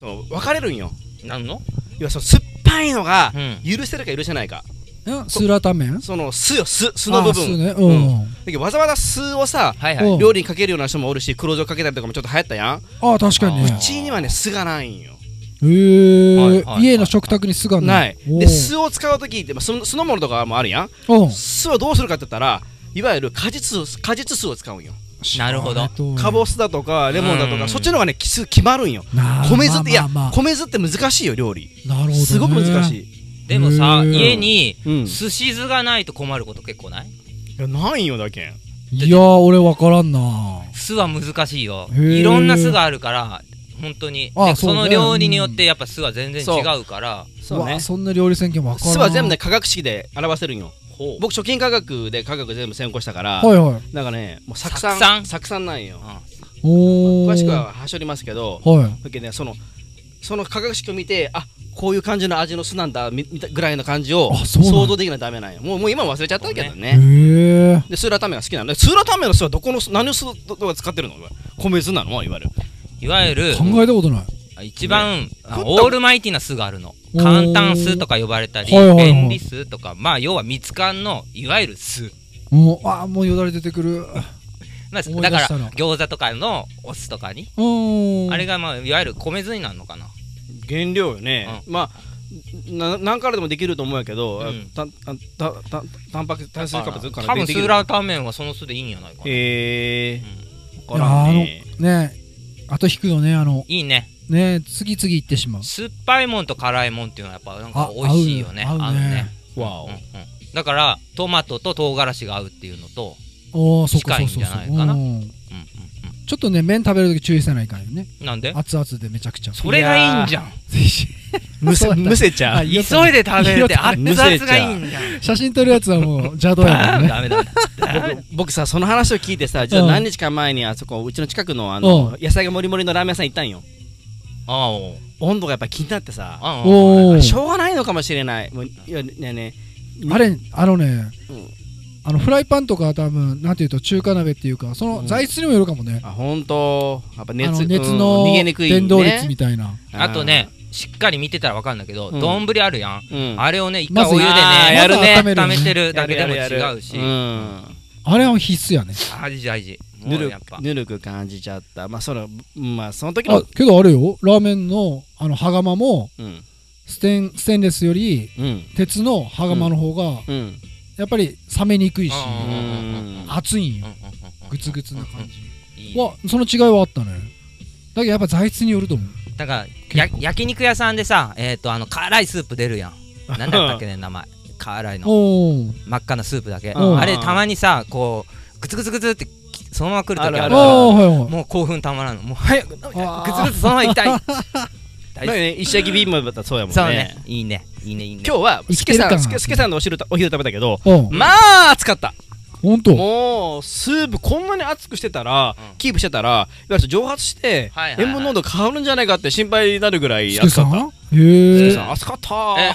分かれるんよ。 なんの？ 要はその酸っぱいのがうん許せるか許せないか。 スーラータンメン？ その酢よ、酢の部分。 酢ね。 だけどわざわざ酢をさ、 はいはい。 料理にかけるような人もおるし、黒酢をかけたりとかもちょっと流行ったやん。 ああ、確かにね。 うちにはね、酢がないんよ。 家の食卓に酢がなない。 い。で、酢を使うときって、酢の物とかもあるやん。酢はどうするかって言ったら、いわゆる果実酢を使うんよ。 なるほど。 かぼすだとかレモンだとか、そっちの方がね決まるんよ。米酢って、いや米酢って難しいよ、料理。 なるほど。 すごく難しい。 でもさ、家に寿司酢がないと困ること結構ない？ いや、ないんよだけん。 いやー、俺分からんな。 酢は難しいよ。いろんな酢があるから本当に。その料理によってやっぱ酢は全然違うから。 そうね。 そんな料理選挙分からん。 酢は全部ね化学式で表せるんよ。僕貯金科学で化学全部専攻したから、なんかね、もう酢酸なんよ。詳しくははしょりますけど、だけどね、その化学式を見て、あ、こういう感じの味の酢なんだぐらいの感じを想像できないとダメなんよ。もう今忘れちゃったけどね。で、スーラータンメンが好きなの。スーラータンメンの酢は何の酢とか使ってるの？米酢なの？いわゆる。 考えたことない。 一番オールマイティな酢があるの。簡単酢とか呼ばれたり、便利酢とか、まあ要は蜜柑のいわゆる酢。 もうよだれ出てくる。 だから餃子とかのお酢とかに、あれがまあいわゆる米酢になるのかな。 原料よね。まあ何からでもできると思うんやけど、タンパク炭水化物から多分スーラータンメンはその酢でいいんやないかな。 分からんね。あと引くよね、 いいね。 ね、次々いってしまう。 酸っぱいもんと辛いもんっていうのはやっぱなんか美味しいよね。合うね。だからトマトと唐辛子が合うっていうのと近いんじゃないかな。 ちょっとね、麺食べるとき注意せないかんよね。 なんで？ 熱々でめちゃくちゃ。 それがいいんじゃん。 むせちゃう。 急いで食べるって熱々がいいんじゃん。 写真撮るやつはもう邪道やもんね。 ダメだ。 僕さ、その話を聞いてさ、実は何日か前にあそこうちの近くの野菜がもりもりのラーメン屋さん行ったんよ。温度がやっぱ気になってさ、しょうがないのかもしれない。 あれ、フライパンとか多分なんていうと中華鍋っていうか、その材質にもよるかもね。 本当、やっぱ熱の逃げにくい伝導率みたいな。 あとね、しっかり見てたら分かるんだけど、丼あるやん。あれをね、一回お湯でね温めてるだけでも違うし、 あれは必須やね。 大事。 ぬるく感じちゃった。まあその時のけどあれよ、ラーメンの羽釜もステンレスより鉄の羽釜の方がやっぱり冷めにくいし熱いんよ。グツグツな感じは、その違いはあったね。だけどやっぱ材質によると思う。 だから焼肉屋さんでさ、辛いスープ出るやん。なんだったっけね、名前。辛いの真っ赤なスープだけ。あれたまにさ、こうグツグツグツってそのまま来るときあるから、もう興奮たまらんの。もう早くグツグツそのまま行きたい。 石焼きビームだったらそうやもんね。 そうね。いいね。今日はスケさんのお昼食べたけど、まあ暑かった。 本当。 もうスープこんなに熱くしてたら、キープしてたら、いわゆる蒸発して塩分濃度変わるんじゃないかって心配になるぐらい暑かった。へえ。暑かった。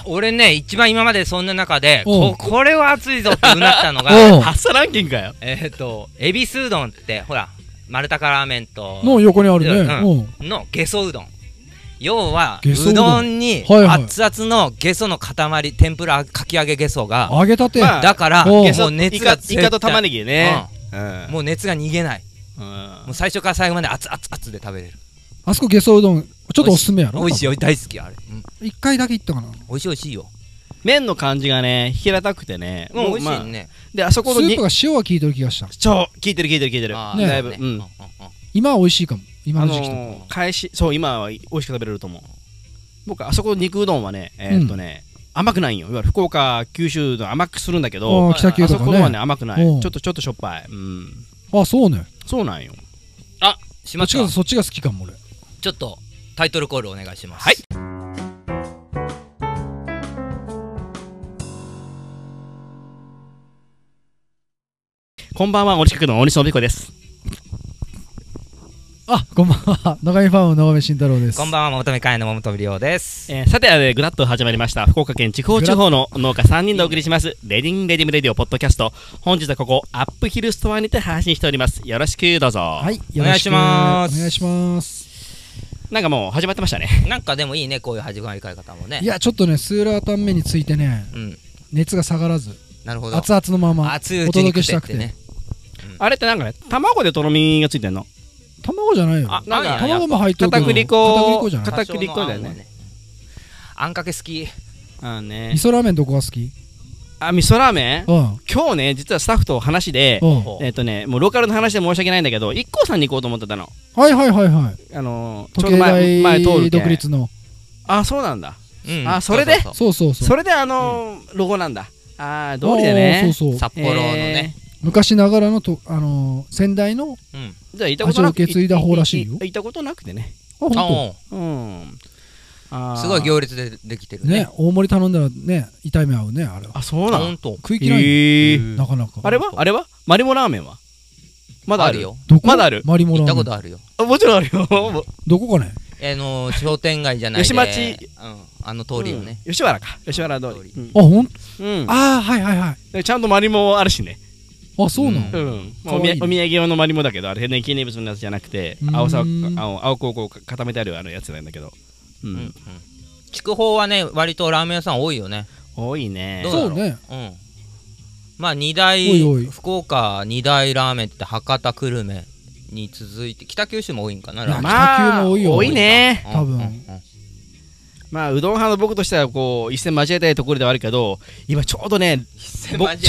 俺ね、一番今までそんな中でこれは熱いぞってうなったのが発作ランキングかよ。 エビスうどんってほら丸高ラーメンとの横にあるね。 のゲソうどん。要はうどんに熱々のゲソの塊、天ぷらかき揚げゲソが揚げたてだから、もう熱がイカと玉ねぎね、 もう熱が逃げない。もう最初から最後まで熱々で食べれる。 あそこゲソうどんちょっとおすすめやろ。 美味しいよ、大好きあれ。 一回だけ行ったかな。 美味しいよ。 麺の感じがね平たくてね、 美味しいね。 であそこのスープが塩は効いてる気がした。 効いてるだいぶ。 今は美味しいかも。今の時期とそう、今は美味しく食べれると思う。僕あそこの肉うどんはね甘くないんよ。いわゆる福岡九州の甘くするんだけど、あそこのはね甘くない。ちょっとしょっぱい。 あ、そうね。 そうなんよ。 あ、しまった。 そっちが好きかも俺。 ちょっとタイトルコールお願いします。 はい。こんばんは、お近くの大西信彦です。 あ、こんばんは。野上ファームの野上慎太郎です。 こんばんは、桃富会の桃富亮です。 さて、グラッと始まりました。福岡県地方の農家3人でお送りします。レディムレディオポッドキャスト。本日はここ、アップヒルストアにて配信しております。よろしくどうぞ。 はい、 お願いします。 お願いします。 なんかもう始まってましたね。 なんかでもいいね、こういう始まり方もね。 いやちょっとねスーラータンメンについてね、熱が下がらず、 なるほど、 熱々のままお届けしたくてね。 あれってなんかね、卵でとろみがついてんの？ 卵じゃないよ。 なんか卵も入ってる。 片栗粉じゃない。 片栗粉だよね。 あんかけ好き。 あね。 味噌ラーメンどこが好き？ 味噌ラーメン？今日ね、実はスタッフと話で、もうローカルの話で申し訳ないんだけど、IKKOさんに行こうと思ってたの。 はいはいはいはい。 ちょうど前通る独立の。 あ、そうなんだ。それで、それでロゴなんだ。通りでね。 札幌のね。 昔ながらの先代の味を受け継いだ方らしいよ。 行ったことなくてね。 本当。 すごい行列でできてるね。 大盛り頼んだらね、痛い目合うね、あれは。 あ、そうなの？ 食い切らないなかなか。 あれはマリモラーメンはまだあるよ。 まだある？マリモラーメン。 行ったことあるよ。 もちろんあるよ。 どこかね？ 商店街じゃないで。 吉町。 通りよね。 吉原か。吉原通り。 あ、ほん？あ、はいはいはい。 ちゃんとマリモあるしね。 あ、そうなの？ お土産用のマリモだけど、あれね、記念物のやつじゃなくて、青くこう固めてあるやつなんだけど。 筑豊はね、割とラーメン屋さん多いよね。 多いね。 そうね。 まあ2大、福岡2大ラーメンって博多久留米に続いて、北九州も多いんかな、ラーメン。 北九も多いよ。 多いね。 多分。 まあうどん派の僕としてはこう一線交えたいところではあるけど、今ちょうどね、 違うラ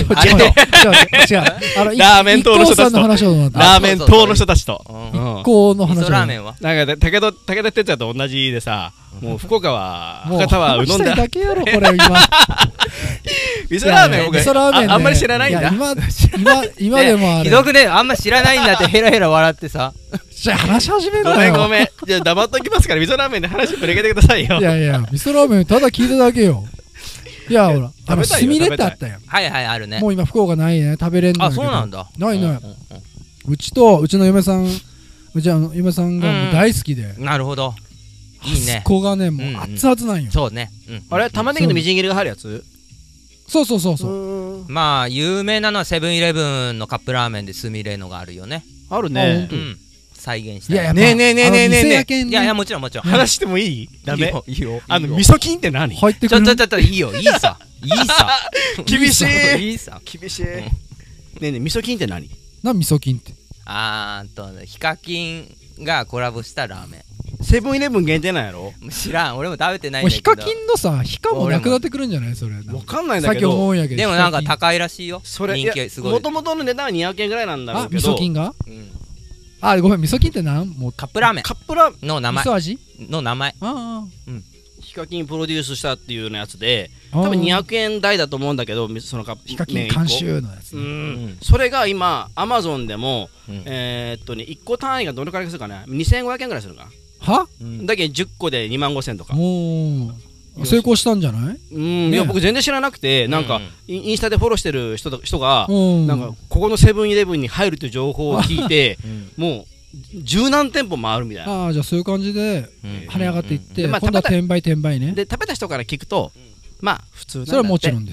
ーメン党の人たちとラーメン党の人たちとこの話ラーメンはなんか武田鉄矢と同じでさ、もう福岡は博多はうどんだだけやろこれ今。 味噌ラーメン僕あんまり知らないんだ。 今でもあれひどくね、あんま知らないんだってヘラヘラ笑ってさ。 じゃあ話し始めろよ。 ごめん。じゃあ黙っときますから味噌ラーメンで話ぶれげてくださいよ。 いやいや味噌ラーメンただ聞いただけよ。いやほらすみれってあったやん。 はいはいあるね。 もう今福岡ないね、食べれんの。 あ、そうなんだ。 ないない。うちの嫁さんが大好きで。 なるほど。いいね。 あそこがねもう熱々なんよ。 そうね。 あれ玉ねぎのみじん切りが入るやつ？ そう。 まあ有名なのはセブンイレブンのカップラーメンですみれのがあるよね。 あるね。 再現した。 いやねえ。 いやもちろん話してもいい？ダメ。 いいよ。 味噌菌って何？ ちょいいよ。いいさ。 厳しい。 いいさ。 厳しい。ねえ味噌菌って何？ 味噌菌って。 ヒカキンがコラボしたラーメン。 セブンイレブン限定なんやろ？ 知らん、俺も食べてないんだけど。 ヒカキンのさ、ヒカもなくなってくるんじゃないそれ。 わかんないんだけど。 さっき思うんやけど。 でもなんか高いらしいよ。 それ人気すごい。 もともとの値段は200円ぐらいなんだろうけど。 味噌菌が？あ、ごめん、味噌菌ってなん？ もうカップラーメン。 カップラーメンの名前。 味噌味？ の名前。 ヒカキンプロデュースしたっていうやつで、多分200円台だと思うんだけど、そのヒカキン監修のやつ。 それが今アマゾンでも1個単位がどれくらいするかね、2500円ぐらいするかな。 は？ だけど10個で2万5000とか。 成功したんじゃない？ いや僕全然知らなくて、なんかインスタでフォローしてる人がなんかここのセブンイレブンに入るという情報を聞いて、もう十何店舗回るみたいな。 ああ、じゃあそういう感じで跳ね上がっていって、今度は転売ね。 で食べた人から聞くとまあ普通なんだって。 それはもちろんです。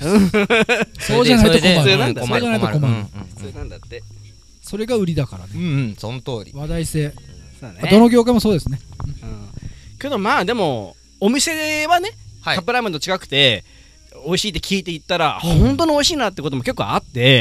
そうじゃないと困る。そうじゃないと困る。 普通なんだって。 それが売りだからね。 その通り。 話題性。どの業界もそうですね。 けどまあでもお店はね、カップラーメンと近くて美味しいって聞いていったら本当に美味しいなってことも結構あって、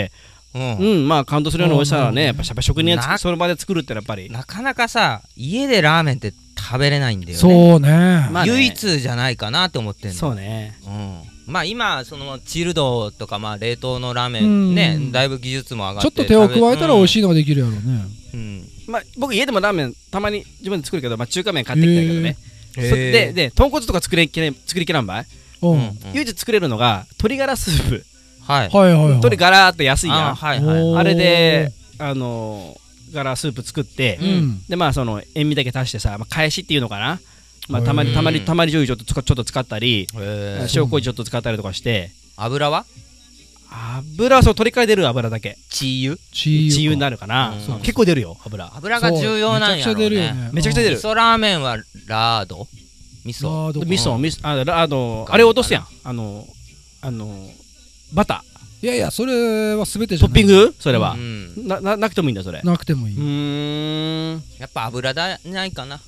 まあ感動するような美味しさはね、やっぱ職人がその場で作るってやっぱりなかなかさ、家でラーメンって食べれないんだよね。 そうね。 唯一じゃないかなって思ってんの。 そうね。 まあ今そのチルドとかまあ冷凍のラーメンね、だいぶ技術も上がってちょっと手を加えたら美味しいのができるやろうね。 まあ僕家でもラーメンたまに自分で作るけど、中華麺買ってきたけどね。で豚骨とか作りきらんばい。唯一作れるのが鶏ガラスープ。鶏ガラーって安いやん。あれでガラスープ作って、でまあその塩味だけ足してさ、返しっていうのかな。まあたまり醤油ちょっと使ったり、塩麹ちょっと使ったりとかして。 油はそう鶏から出る油だけ。 チ油になるかな。結構出るよ油が重要なんやろうね。 めちゃくちゃ出る。 味噌ラーメンはラード味噌あれ落とすやん、バター。いやいや、それは全てじゃない。トッピングそれはなくてもいいんだ。それなくてもいい。 やっぱ油だないかな。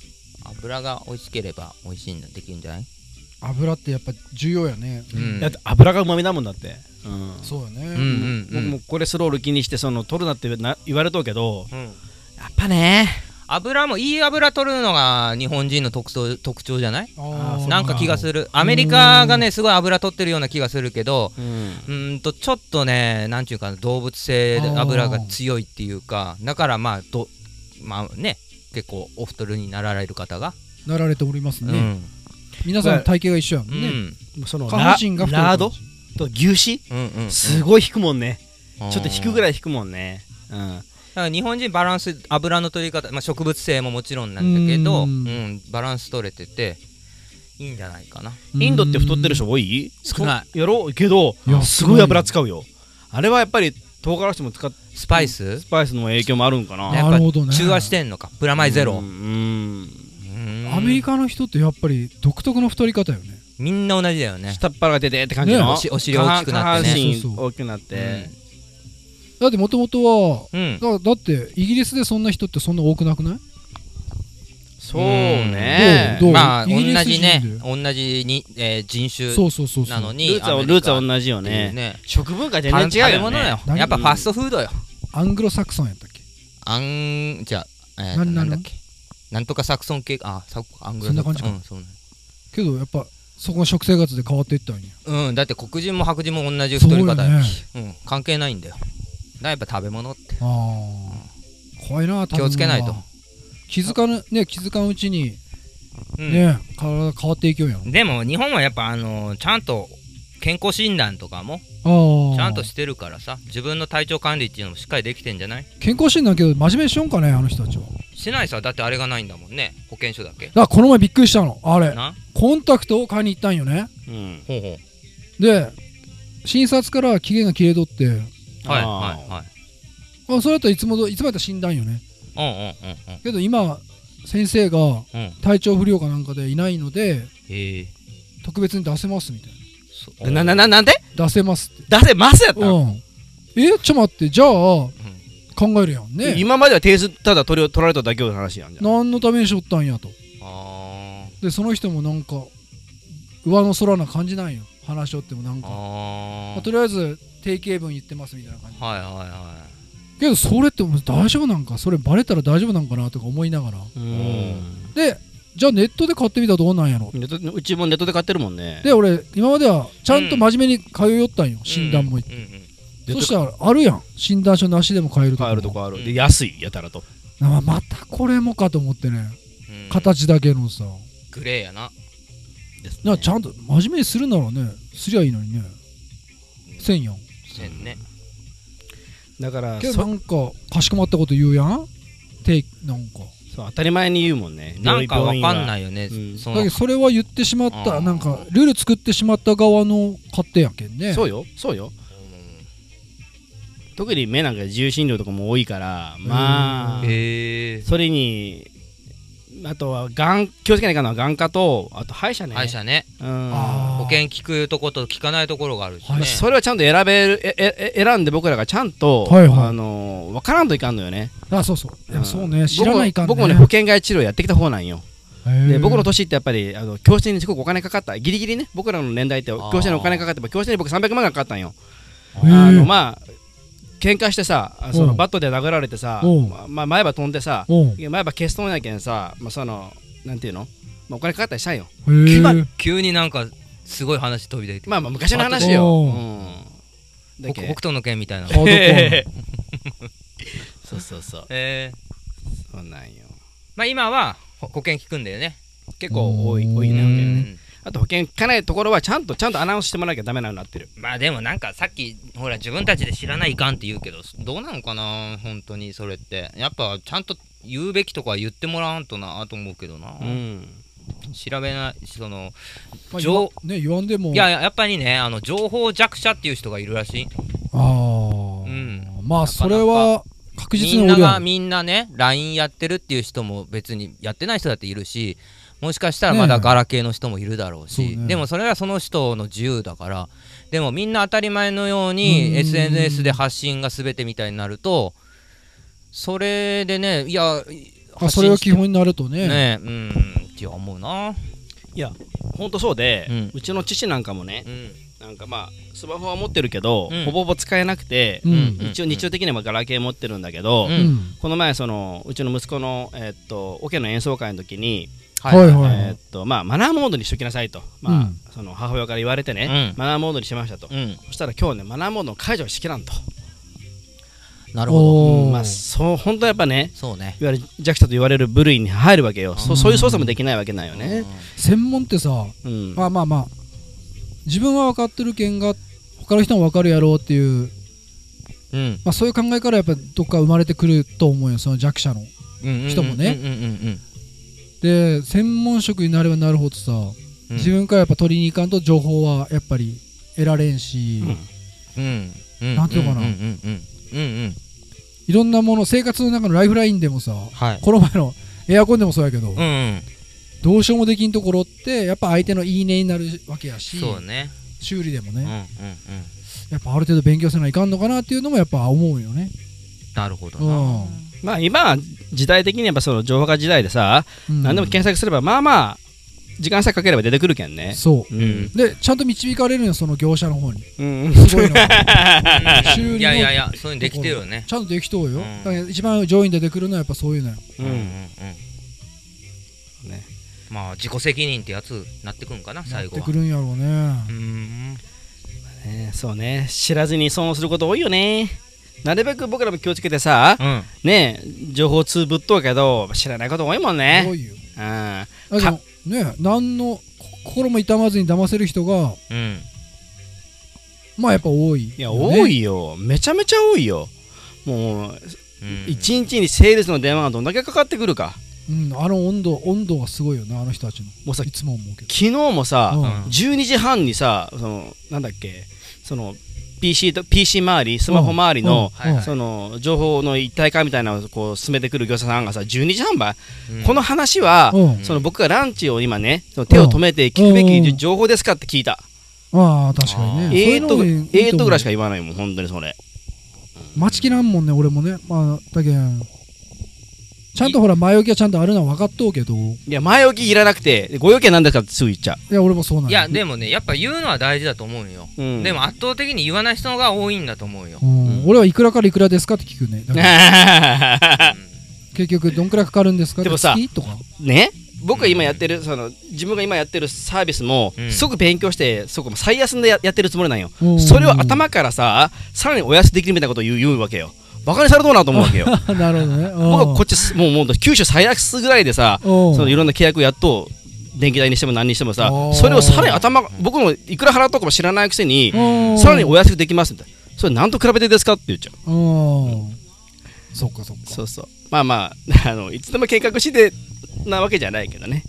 油が美味しければ美味しいんだできるんじゃない？ 油ってやっぱ重要やね。 だって油がうまみだもんだって。 そうよね。 僕もコレスロール気にして取るなって言われとうけど、やっぱね。 油もいい油取るのが日本人の特徴じゃない？なんか気がする。アメリカがねすごい油取ってるような気がするけど、ちょっとねなんていうか動物性油が強いっていうか、だからまあね結構お太りになられる方がなられておりますね。皆さん体型が一緒やもんね。 そのラードと牛脂すごい引くもんね。ちょっと引くぐらい引くもんね。 だから日本人バランス油の取り方、植物性ももちろんなんだけど、バランス取れてていいんじゃないかな。 インドって太ってる人多い？ 少ないやろうけどすごい油使うよ。あれはやっぱり唐辛子も使ってスパイスの影響もあるんかな。 なるほどね。 中和してんのかプラマイゼロ。 アメリカの人ってやっぱり独特の太り方よね。 みんな同じだよね。 下っ腹が出てって感じのお尻大きくなってね。 大きくなって。 だってもともとはだってイギリスでそんな人ってそんな多くなくない？ そうね。 まあ同じね同じに人種なのにルーツは同じよね。食文化全然違うよね。 やっぱファストフードよ。 アングロサクソンやったっけ？ じゃあなんだっけ？なんとかサクソン系アングロサクソン。そんな感じか。 けどやっぱそこの食生活で変わっていったんや。だって黒人も白人も同じ太り方やし、関係ないんだよ。やっぱ食べ物って怖いな。 気をつけないと。 気づかんうちにね体変わっていくよやん。 でも日本はやっぱちゃんと健康診断とかもちゃんとしてるからさ、自分の体調管理っていうのもしっかりできてんじゃない？ 健康診断けど真面目にしよんかねあの人たちは。 しないさ。だってあれがないんだもんね、保険証だけ。 この前びっくりしたの。あれコンタクトを買いに行ったんよね。で診察から期限が切れとって、それだったらいつもやったら診断よね。けど今先生が体調不良かなんかでいないので特別に出せますみたいな。 なんで出せますって。 出せますやった。ちょっと待って、じゃあ考えるやんね。 今までは提出ただ取られただけの話やん。 何のためにしょったんやと。でその人もなんか上の空な感じなんよ。話しとってもなんかとりあえず定型文言ってますみたいな感じ。けどそれって大丈夫なんか、それバレたら大丈夫なんかなとか思いながら。でじゃあネットで買ってみたらどうなんやろ。 うちもネットで買ってるもんね。 で俺今まではちゃんと真面目に通いよったんよ、診断も。そしたらあるやん、診断書なしでも買えるとか。 買えるとこある。で安いやたらと。 またこれもかと思ってね、形だけのさグレーやな。 ちゃんと真面目にするならね、すりゃいいのにね。せんやん。 せんね。 だからなんかかしこまったこと言うやん。なんか当たり前に言うもんね。 なんかわかんないよね。 だけどそれは言ってしまった、なんかルール作ってしまった側の勝手やけんね。 そうよ。特に目なんか自由診療とかも多いから、まあそれにあとは気をつけないかんのは眼科と、あと歯医者ね。 保険聞くとこと聞かないところがあるしね。 それはちゃんと選んで僕らがちゃんと分からんといかんのよね。 そうね、知らないかんね。 僕もね保険外治療やってきた方なんよ。で僕の年ってやっぱり教室にすごくお金かかった。ギリギリね、僕らの年代って教室にお金かかって、教室に僕300万がかかったんよ。まあ喧嘩してさ、そのバットで殴られてさ、前歯飛んでさ、前歯消しとんやけんさ、なんていうの、お金かかったりしたんよ。 急になんかすごい話飛び出て。 昔の話よ。 北斗の拳みたいな。 そう。そうなんよ。 今は保険聞くんだよね。 結構多いね。あと保険聞かないところはちゃんとアナウンスしてもらわなきゃダメなようになってる。 でもなんかさっきほら自分たちで知らないかんって言うけど、どうなのかな本当に。それってやっぱちゃんと言うべきとか言ってもらわんとなと思うけどな。調べない言わんでも。 やっぱりね、情報弱者っていう人がいるらしい。 それは確実にみんなね LINE やってるっていう人も別にやってない人だっているし、もしかしたらまだガラケーの人もいるだろうし、でもそれはその人の自由だから。でもみんな当たり前のように SNS で発信が全てみたいになると、それでね、 それが基本になるとね、 って思うな。 いやほんとそうで、うちの父なんかもね、なんかまあスマホは持ってるけど、ほぼほぼ使えなくて、一応日常的にはガラケー持ってるんだけど、この前そのうちの息子のオケの演奏会の時にまあマナーモードにしときなさいと、まあその母親から言われてね、マナーモードにしましたと。そしたら今日ねマナーモードの解除をしきらんと。 なるほど。まあそう本当やっぱね、 そうね、 いわゆる弱者と言われる部類に入るわけよ。そういう操作もできないわけないよね。 専門ってさ、まあまあまあ自分は分かってるけんが他の人も分かるやろうっていう、まあそういう考えからやっぱどっか生まれてくると思うよ、その弱者の人もね。で専門職になればなるほどさ、自分からやっぱ取りに行かんと情報はやっぱり得られんし、なんていうのかな、いろんなもの生活の中のライフラインでもさ、この前のエアコンでもそうやけど、どうしようもできんところってやっぱ相手のいいねになるわけやし、修理でもね、やっぱある程度勉強せないかんのかなっていうのもやっぱ思うよね。 なるほどな。 まあ今時代的にやっぱその情報化時代でさ、何でも検索すればまあまあ時間さえかければ出てくるけんね。 そうでちゃんと導かれるのよ、その業者の方に。すごいの修理の、 いやそういうのできてるよね。 ちゃんとできとうよ。だから一番上位に出てくるのはやっぱそういうのよ。 まあ自己責任ってやつになってくるんかな、最後は。 なってくるんやろうね。そうね、知らずに損をすること多いよね。なるべく僕らも気をつけてさ、ね、情報通ぶっとうけど知らないこと多いもんね。 多いよ。ね、何の心も痛まずに騙せる人が、まあやっぱ多い。 いや多いよ、めちゃめちゃ多いよ。もう一日にセールスの電話がどんだけかかってくるか。 あの温度がすごいよね、あの人たちの。もうさ、いつも思うけど昨日もさ、12時半にさ、そのなんだっけ、その PC 周り、スマホ周りのその情報の一体化みたいなのをこう進めてくる業者さんがさ、12時半ば、この話はその僕がランチを今ね、その手を止めて聞くべき情報ですかって聞いた。 ああ確かにね。 とぐらいしか言わないもん、本当にそれ。 待ちきらんもんね、俺もね。まあだけんちゃんとほら前置きはちゃんとあるのは分かっとうけど、 いや前置きいらなくてご用件なんですかってすぐ言っちゃう。 いや俺もそうなんいやでもね、やっぱ言うのは大事だと思うよ。でも圧倒的に言わない人が多いんだと思うよ。 俺はいくらからいくらですかって聞くね。結局どんくらいかかるんですかって。 でもさとかね、僕が今やってるその自分が今やってるサービスもすごく勉強してそこも最安でやってるつもりなんよ。それを頭からささらにお安できるみたいなことを言うわけよ。バカにされとうなと思うわけよ。 なるほどね。 僕はこっちもう九州最安ぐらいでさ、そのいろんな契約をやっと電気代にしても何にしてもさ、それをさらに僕もいくら払っとかも知らないくせにさらにお安くできますみたいな。それ何と比べてですかって言っちゃう。 そっかそっか。 そうそう。まあまあいつでも計画してなわけじゃないけどね。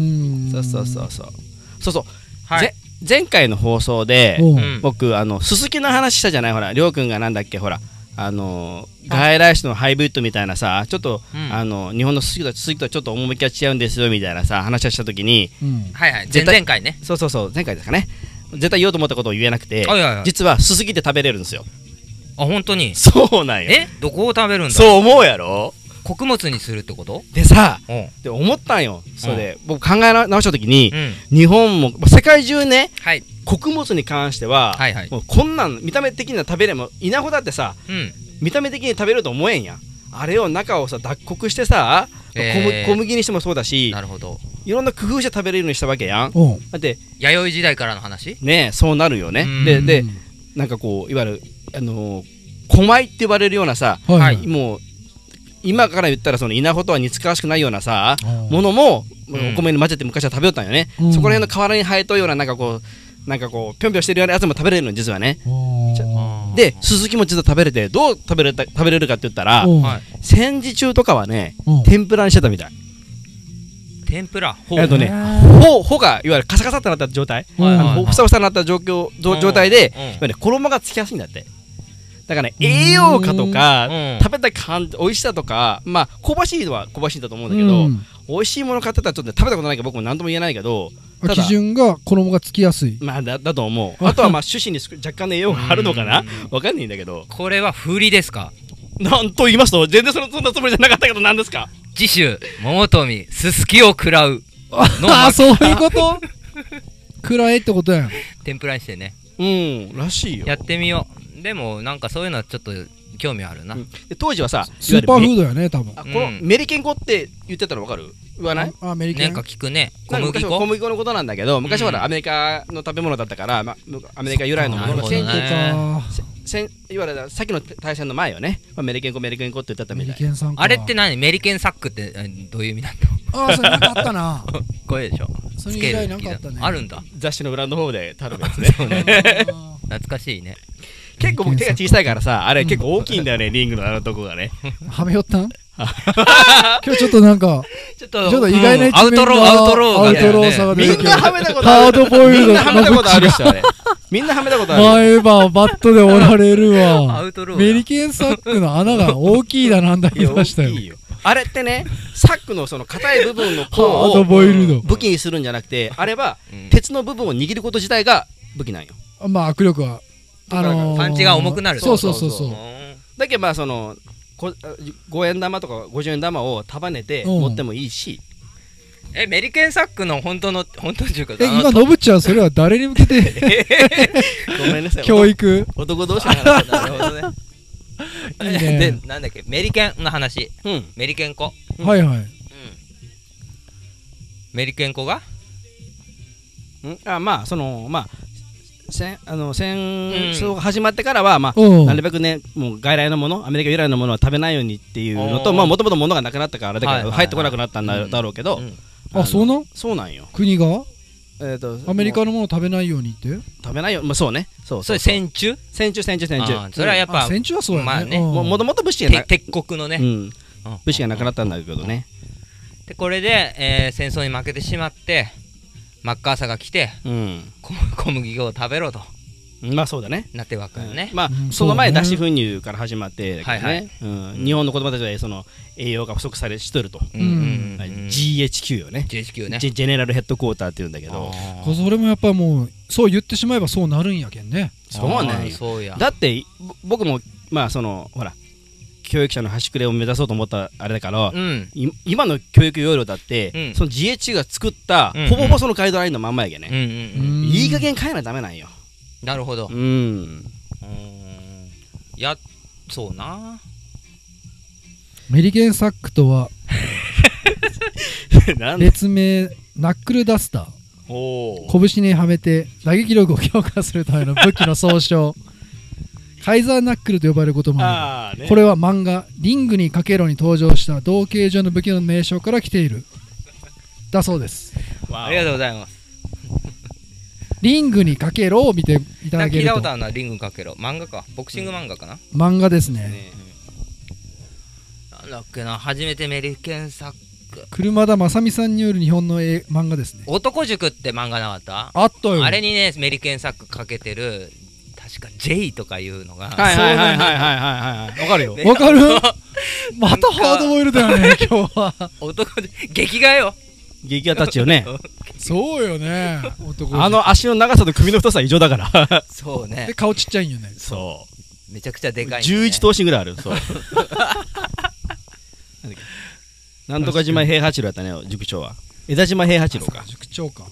そう前回の放送で僕すすきの話したじゃない。ほらりょうくんがなんだっけ、ほら外来種のハイブリッドみたいなさ、ちょっと日本のすすきとはちょっと趣が違うんですよみたいなさ話をした時に、 前回ね。 そう前回ですかね。絶対言おうと思ったことを言えなくて、実はすすきって食べれるんですよ。 あ、本当に。 そうなんよ。 どこを食べるんだ。 そう思うやろ。 穀物にするってことでさ、で思ったんよ。それで僕考え直した時に、日本も世界中ね、穀物に関してはもうこんなん見た目的には食べれも、稲穂だってさ見た目的に食べると思えんやん。あれを中をさ脱穀してさ、小麦にしてもそうだし、いろんな工夫して食べれるようにしたわけやん。だって弥生時代からの話ね。そうなるよね。でなんかこういわゆる小米って呼ばれるようなさ、もう今から言ったらその稲穂とは似つかわしくないようなさものもお米に混ぜて昔は食べよったんよね。そこら辺の河原に生えとるようななんかこうぴょんぴょんしてるようなやつも食べれるの実はね。でススキも実は食べれて、どう食べれるかって言ったら、戦時中とかはね天ぷらにしてたみたい。 天ぷら穂がいわゆるカサカサってなった状態、ふさふさになった状態で衣がつきやすいんだって。だからね、栄養価とか食べた感じ、美味しさとか、まあ香ばしいのは香ばしいんだと思うんだけど、美味しいもの買ってたらちょっと食べたことないから僕も何とも言えないけど、 基準が衣がつきやすい。 まあだと思う。あとはまあ種子に若干の栄養があるのかな、わかんないんだけど。 これは振りですか。 なんと言いますと全然そんなつもりじゃなかったけど何ですか。 次週桃富すすきを食らう。 ああ、そういうこと暗いってことやん。 天ぷらにしてね。 らしいよ。 やってみよう。でもなんかそういうのはちょっと興味あるな。 当時はさ、 スーパーフードやね、多分。 このメリケン粉って言ってたの分かる？言わない？ メリケン。 なんか聞くね。 小麦粉のことなんだけど、昔はアメリカの食べ物だったから、アメリカ由来のものがいわゆるさっきの大戦の前よね。メリケン粉って言ってたみたい。 あれって何？メリケンサックってどういう意味なんだ？ ああ、それなんかあったな。 これでしょ。 それ以来なんかあったね。 あるんだ。 雑誌の裏の方で頼むやつね。 懐かしいね。 結構僕手が小さいからさ、あれ結構大きいんだよね、リングのあのとこがね。 はめよったん？今日ちょっとなんかちょっと意外な一面がアウトローさが出てきて、みんなはめたことある。ハードボイルド。 みんなはめたことある人ね。みんなはめたことある。 毎晩バットで折られるわ。メリケンサックの穴が大きいだなんだ言いましたよ。 あれってね、サックのその硬い部分の甲を武器にするんじゃなくて、あれは鉄の部分を握ること自体が武器なんよ。 まあ握力はパンチが重くなる。 そう。 だけどまあその5円玉とか50円玉を束ねて持ってもいいし。 メリケンサックの本当の中華。 今ノブちゃんそれは誰に向けてごめんなさい。 教育。 男同士の話だ。なるほどね。 で、なんだっけ、メリケンの話。メリケン粉。 はいはい。 メリケン粉がまあその戦争が始まってからはなるべくね、もう外来のもの、アメリカ由来のものは食べないようにっていうのと、もともと物がなくなったからだから入ってこなくなったんだろうけど。 あ、そうなんよ。 国がアメリカのものを食べないようにって食べないよ。そうね。それ戦中。 それはやっぱ戦中はそうやね。 もともと武士が鉄国のね武士がなくなったんだけどね。 でこれで戦争に負けてしまってマッカーサーが来て小麦粉を食べろと。 まあそうだね。 なってわかるね。 まあその前脱脂粉乳から始まって日本の子供たちはその栄養が不足しとると。GHQ よね。ジェネラルヘッドクォーターって言うんだけど、 それもやっぱもうそう言ってしまえばそうなるんやけんね。 そうね。だって僕もまあそのほら教育者の端くれを目指そうと思ったあれだから、今の教育要領だって、その GHQ が作ったほぼほぼそのガイドラインのまんまやけね。いい加減変えないとダメなんよ。 なるほど。そうな。 メリケンサックとは別名ナックルダスター。拳にはめて打撃力を強化するための武器の総称。カイザーナックルと呼ばれることもある。これは漫画「リングにかけろ」に登場した同型状の武器の名称から来ているだそうです。 ありがとうございます。 リングにかけろを見ていただけると。 聞いたことあるな、リングにかけろ。漫画か、ボクシング漫画かな。 漫画ですね。 なんだっけな、初めてメリケンサック。 車田正美さんによる日本の漫画ですね。 男塾って漫画なかった？ あったよ。 あれにね、メリケンサックかけてる確か J とかいうのが。 わかるよ。 わかる？またハードボイルだよね今日は。 男劇画よ。 劇画たちよね。 そうよね。 あの足の長さと首の太さ異常だから。 そうね。 で顔ちっちゃいんよね。 そう。 めちゃくちゃでかい。 11頭身ぐらいある。そう。なんとか島平八郎やったね、塾長は。枝島平八郎か。 塾長か。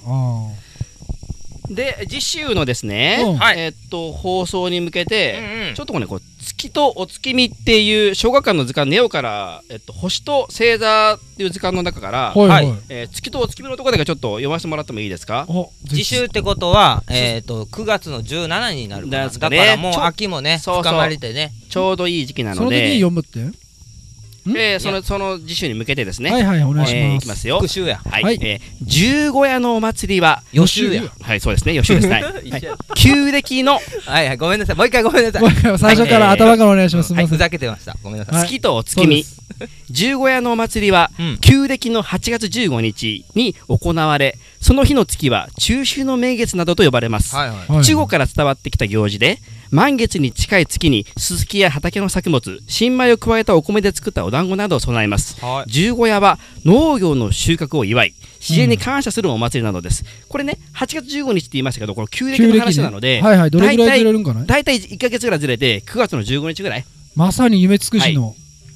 で次週のですね、放送に向けてちょっとこう月とお月見っていう小学館の図鑑ネオから星と星座っていう図鑑の中から月とお月見のところだけちょっと読ませてもらってもいいですか？ 次週ってことは9月の17になるからだからもう秋もね深まりてねちょうどいい時期なので、 その時に読むってその次週に向けてですね、 お願いします。 いきますよ。 復習や。 十五夜のお祭りは予習や。 はい、そうですね、予習ですね。旧暦のごめんなさい、もう一回ごめんなさい。 最初から頭からお願いします。 ふざけてました。ごめんなさい。 月とお月見。十五夜のお祭りは旧暦の8月15日に行われ、その日の月は中秋の名月などと呼ばれます。中国から伝わってきた行事で、満月に近い月にススキや畑の作物、新米を加えたお米で作ったお団子などを備えます。十五夜は農業の収穫を祝い、自然に感謝するお祭りなどです。これね、8月15日って言いましたけど、これ旧暦の話なので、 どれぐらいずれるんかな？ 大体1ヶ月ぐらいずれて9月の15日ぐらい。 まさに夢尽くしの。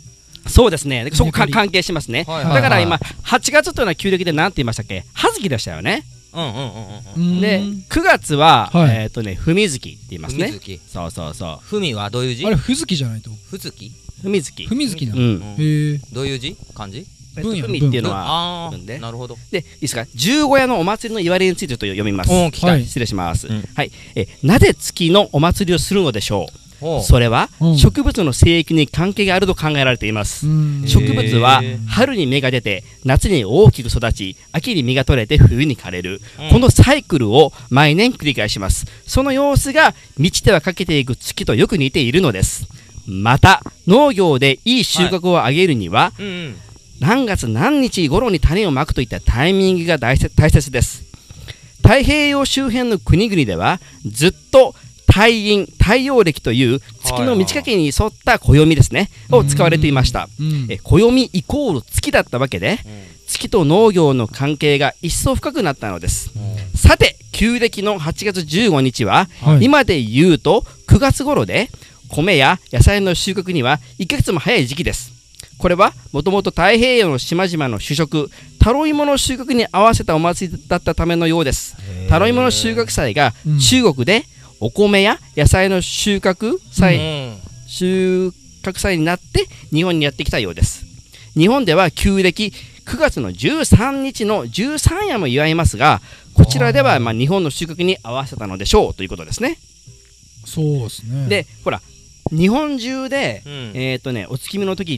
そうですね、そこ関係しますね。だから今8月というのは旧暦で何て言いましたっけ、葉月でしたよね。で9月はふみ月って言いますね。そうそうそう。 ふみはどういう字？ あれふずきじゃないと。 ふずき？ ふみ月。 ふみ月なの。へえ。 どういう字？漢字？ ふみっていうのはなるほど。 でいいですか、十五夜のお祭りの言われについてちょっと読みます。失礼します。はい。なぜ月のお祭りをするのでしょう。それは植物の生育に関係があると考えられています。植物は春に芽が出て夏に大きく育ち、秋に実が取れて冬に枯れる、このサイクルを毎年繰り返します。その様子が満ちてはかけていく月とよく似ているのです。また農業でいい収穫を上げるには、何月何日頃に種をまくといったタイミングが大切です。太平洋周辺の国々ではずっと太陽暦という月の満ち欠けに沿った暦ですねを使われていました。暦イコール月だったわけで、月と農業の関係が一層深くなったのです。さて旧暦の8月15日は、今で言うと9月頃で、米や野菜の収穫には1ヶ月も早い時期です。これはもともと太平洋の島々の主食タロイモの収穫に合わせたお祭りだったためのようです。タロイモの収穫祭が中国でお米や野菜の収穫祭になって日本にやってきたようです。日本では旧暦9月の13日の13夜も祝いますが、こちらでは日本の収穫に合わせたのでしょうということですね。 そうですね。 でほら日本中で、お月見の時って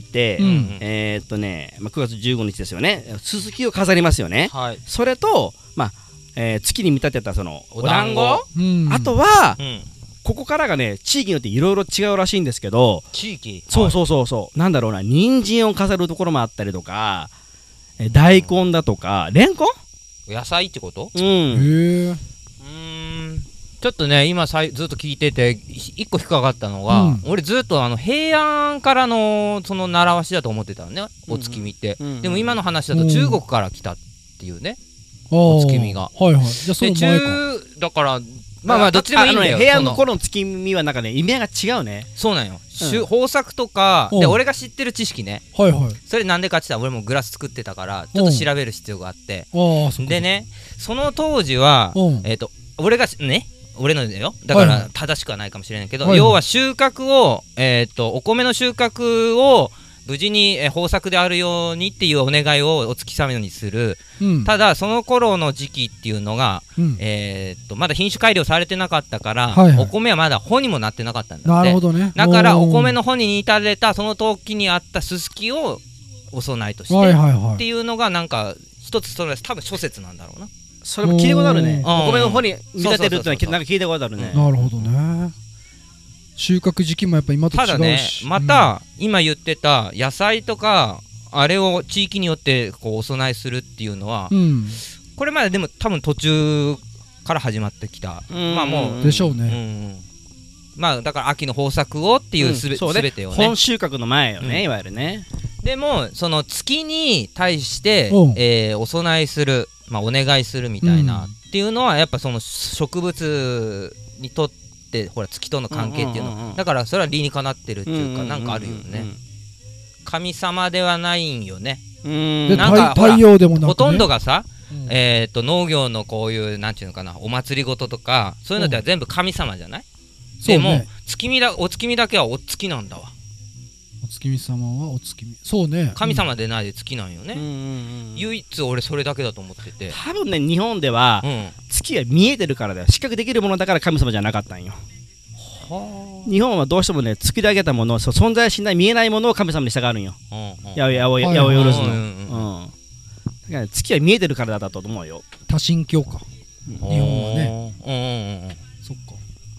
、9月15日ですよね、すすきを飾りますよね。それと月に見立てたそのお団子、あとは、ここからがね地域によっていろいろ違うらしいんですけど、 地域、 そうなんだろうな、人参を飾るところもあったりとか、大根だとかレンコン、 野菜ってこと？ へえ。 ちょっとね今ずっと聞いてて一個引っかかったのは、俺ずっと平安からのその習わしだと思ってたのね、お月見って。でも今の話だと中国から来たっていうね、お月見が。 じゃあその前か。 だからまあどっちでもいいんだよ。 平安の頃の月見はなんかね意味合いが違うね。 そうなんよ。豊作とかで俺が知ってる知識ね。それなんでかって言ったら俺もグラス作ってたからちょっと調べる必要があって。でねその当時は俺がね俺のだよ、だから正しくはないかもしれないけど、要は収穫をお米の収穫を無事に豊作であるようにっていうお願いをお月様にする。ただその頃の時期っていうのがまだ品種改良されてなかったから、お米はまだ穂にもなってなかったんだって。 なるほどね。 だからお米の穂に似たれたその時にあったすすきをお供えとしてっていうのがなんか一つそれ多分諸説なんだろうな。 それも聞いたことあるね。お米の方に見立てるっていうのはなんか聞いたことあるね。 なるほどね。収穫時期もやっぱ今と違うし。 ただね、また今言ってた野菜とかあれを地域によってこうお供えするっていうのは、これまででも多分途中から始まってきた。まあもうでしょうね。 まあだから秋の豊作をっていうすべてをね。 本収穫の前よね、いわゆるね。 でもその月に対してお供えする。お願いするみたいなっていうのはやっぱその植物にとってほら月との関係っていうのだからそれは理にかなってるっていうかなんかあるよね。神様ではないんよね。 なんか太陽でもなくね、 ほとんどがさ農業のこういうなんていうのかなお祭りごととかそういうのでは全部神様じゃない。でもお月見だけはお月なんだわ。 お月見様はお月見、そうね、 神様でないで月なんよね。唯一俺それだけだと思ってて、 多分ね日本では月が見えてるからだよ。視覚できるものだから神様じゃなかったんよ。日本はどうしてもね作り上げたもの、存在しない見えないものを神様に従うんよ。八百万のだから月は見えてるからだと思うよ。 多神教か日本はね。そっか。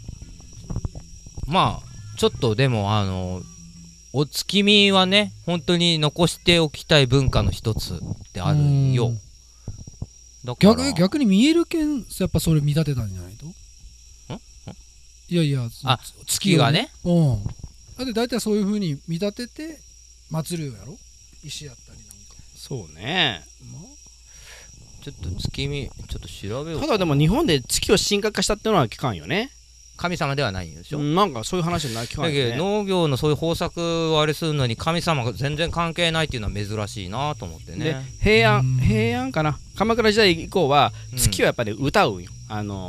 まあちょっとでもお月見はね本当に残しておきたい文化の一つであるよ。だから逆に見えるけんやっぱそれ見立てたんじゃないと。いやいや月がね。 だって大体そういう風に見立てて祭るやろ、石やったりなんか。 そうね。 ちょっと月見ちょっと調べよう。 ただでも日本で月を神格化したっていうのは聞かんよね。 神様ではないんでしょ。 なんかそういう話になる機会だけど農業のそういう豊作をあれするのに神様が全然関係ないっていうのは珍しいなと思ってね。 で平安かな、鎌倉時代以降は月はやっぱり歌うんよ。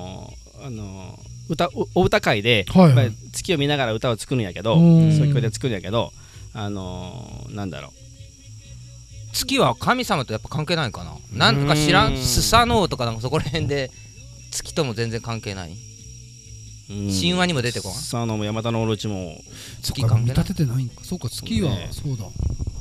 お歌会で月を見ながら歌を作るんやけど、そういう曲で作るんやけど、なんだろう、 月は神様とやっぱ関係ないかな。なんか知らん、スサノオとかなんかそこら辺で月とも全然関係ない。神話にも出てこん。 スサノオもヤマタノオロチも月関係ない。見立ててないんか。そうか、月はそうだ。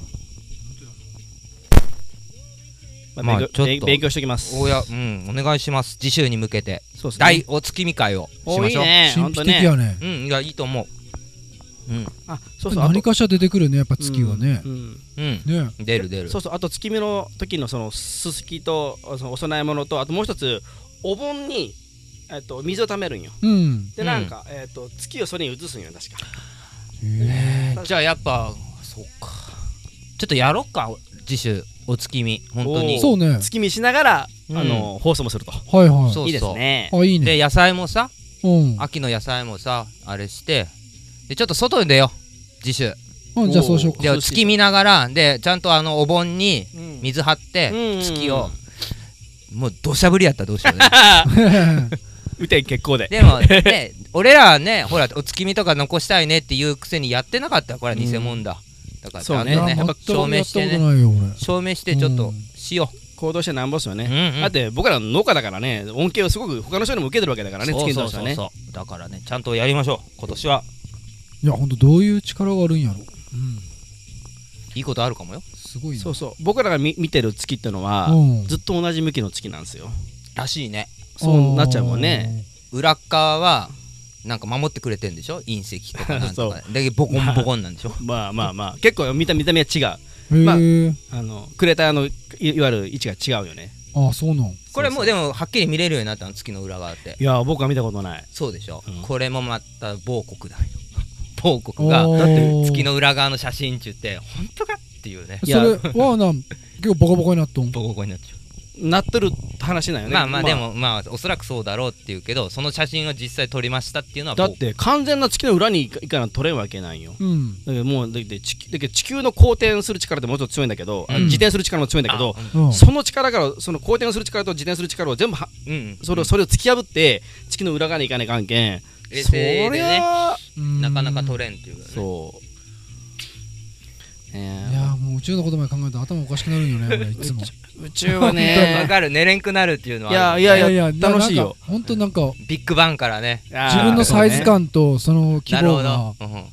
まあちょっと勉強しておきます。 お願いします。次週に向けて大お月見会をしましょう。 神秘的やね。 いやいいと思う。 そう何かしら出てくるね、やっぱ月はね。 出る。 そうそう、あと月見の時のそのすすきとそのお供え物と、あともう一つお盆に水をためるんよ。でなんか月をそれに移すんよ確か。 じゃあやっぱそうか。ちょっとやろっか次週お月見本当に。 そうね。 月見しながら放送もすると。 はいはい。 いいですね。 いいね。 で野菜もさ、秋の野菜もさあれして。でちょっと外に出よう次週。 じゃあそうしようか。 で月見ながらでちゃんとお盆に水張って月をもう土砂降りやったらどうしようね。 雨天決行で。 でもね俺らはねほらお月見とか残したいねっていうくせにやってなかったらこれは偽物だ。だからちゃんとね証明してね、証明してちょっとしよう。 行動してなんぼっすよね。だって僕ら農家だからね、恩恵をすごく他の人にも受けてるわけだからね、月にとしてはね。 だからねちゃんとやりましょう今年は。 いやほんとどういう力があるんやろ。 いいことあるかもよ。 すごいね。 そうそう、僕らが見てる月ってのはずっと同じ向きの月なんですよ。 らしいね。 そうなっちゃうもんね。 裏側はなんか守ってくれてんでしょ、隕石とかなんとかでボコンボコンなんでしょ。 まあ結構見た目は違う。クレーターのいわゆる位置が違うよね。 ああそうなん。 これもうでもはっきり見れるようになったの月の裏側って。 いや僕は見たことない。 そうでしょ。これもまた某国だよ。某国がだって月の裏側の写真中って本当かっていうね。 それは結構ボコボコになっとん。 ボコボコになっちゃう。 なってる話なんよね。 まあでもおそらくそうだろうっていうけど、その写真を実際撮りましたっていうのはだって完全な月の裏に行かな撮れんわけないよ。だけどもう地球の公転する力ってもうちょっと強いんだけど、自転する力も強いんだけど、その力からその公転する力と自転する力を全部それを突き破って地球の裏側に行かない関係。 それはなかなか撮れんっていう。 そう。 いやもう宇宙のことまで考えると頭おかしくなるんよね俺いつも。 宇宙はねわかる、寝れんくなるっていうのは。 いや楽しいよ。 ほんとなんかビッグバンからね自分のサイズ感とその規模が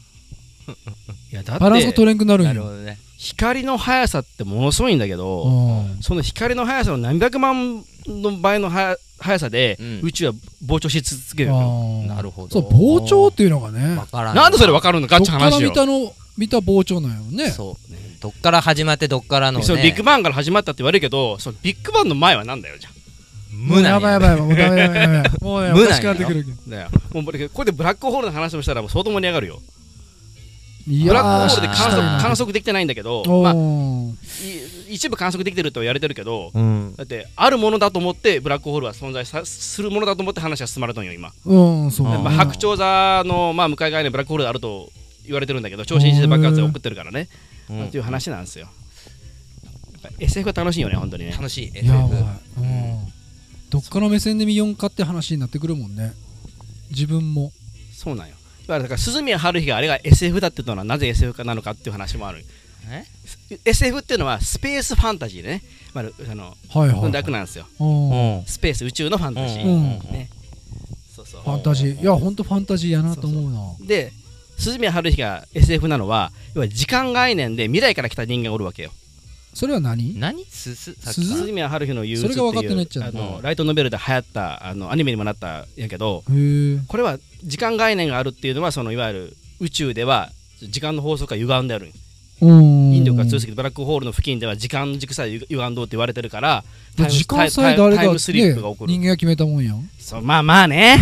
バランスが取れんくなるんよ。 光の速さってものすごいんだけど、その光の速さの何百万の倍の速さで宇宙は膨張し続けるよ。 なるほど。 そう膨張っていうのがね、 なんでそれ分かるのかって話よ。 どっから見た膨張なんやろね。 そうね。どっから始まってどっからのね。 ビッグバンから始まったって言われるけど、そのビッグバンの前はなんだよじゃあ。 無なんや。 やばいもうダメもうねおかしくなってくる。 もうこれでブラックホールの話もしたらもう相当盛り上がるよ。 ブラックホールで観測できてないんだけど、一部観測できてると言われてるけど、だってあるものだと思ってブラックホールは存在するものだと思って話が進まれたんよ今。白鳥座の向かい側にブラックホールがあると言われてるんだけど、超新星爆発で送ってるからねっていう話なんですよ。SF が楽しいよね本当にね。 楽しい SF。 どっから目線で見よんかって話になってくるもんね自分も。 そうなんよ。だから鈴宮春日があれが SF だって言ったのはなぜ SF なのかっていう話もある。SF っていうのはスペースファンタジーでね、楽なんですよ。スペース宇宙のファンタジー。 ファンタジー、いや本当ファンタジーやなと思うな。 で鈴宮春日が SF なのは要は時間概念で未来から来た人間がおるわけよ。 それは何鈴宮春日の憂鬱っていうライトノベルで流行ったアニメにもなったんやけど、これは時間概念があるっていうのはそのいわゆる宇宙では時間の法則が歪んである。引力が強すぎてブラックホールの付近では時間軸さえ歪んどうって言われてるから時間さえ誰がタイムスリップが起こる。 人間が決めたもんやん。 そうまあね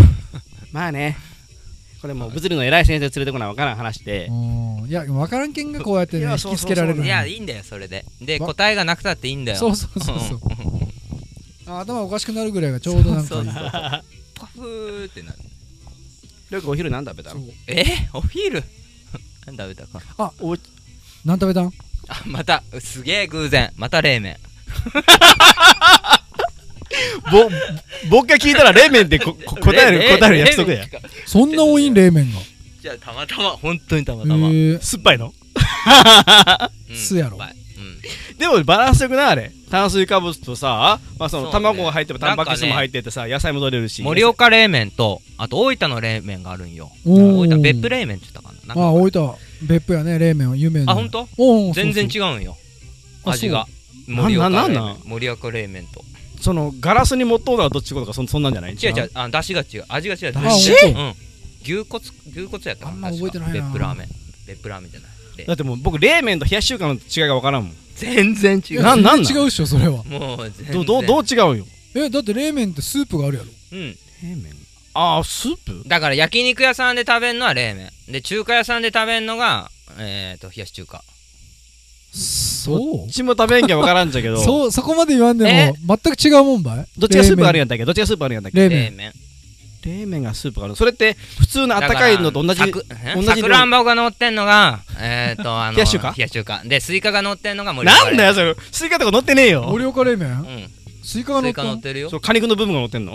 これもう物理の偉い先生連れてこない分からん話で、 いや分からんけんがこうやってね引きつけられる。 いやいいんだよそれで答えがなくたっていいんだよ。 そう頭おかしくなるぐらいがちょうどなんかいい。 パフーってなる。 りょうくんお昼何食べたの？ お昼何食べたか。 何食べたん？ またすげえ偶然、また冷麺。 僕が聞いたら冷麺って答える約束や。 そんな多いん冷麺が。 じゃあたまたま、本当にたまたま。 酸っぱいの？ 酢やろ。 でもバランスよくないあれ。炭水化物とさ、その卵が入ってもタンパク質も入っててさ、野菜も取れるし。 盛岡冷麺とあと大分の冷麺があるんよ。大分別府冷麺って言ったかな。 大分別府やね、冷麺は有名な。 本当？全然違うんよ、味が。盛岡冷麺とそのガラスに持っとうのはどっちことか、そんなんじゃない？ 違う、出汁が違う、味が違う。牛骨やったかな。別府ラーメンじゃない。 だってもう僕冷麺と冷やし中華の違いが分からんもん。 全然違う。 なん違うっしょそれは。 もう全然どう違うんよ。 だって冷麺ってスープがあるやろ。 冷麺。スープだから焼肉屋さんで食べるのは冷麺で、中華屋さんで食べるのが冷やし中華。 そうどっちも食べんきゃ分からんじゃけど。 そこまで言わんでも全く違うもんばい。 どっちがスープあるんやったっけ？冷麺がスープがある。それって普通のあったかいのと同じ。 さくらんぼが乗ってんのが冷やし中華で、スイカが乗ってんのが盛岡。なんだよそれ、スイカとか乗ってねえよ。 盛岡冷麺？スイカが乗ってるよ。 果肉の部分が乗ってんの？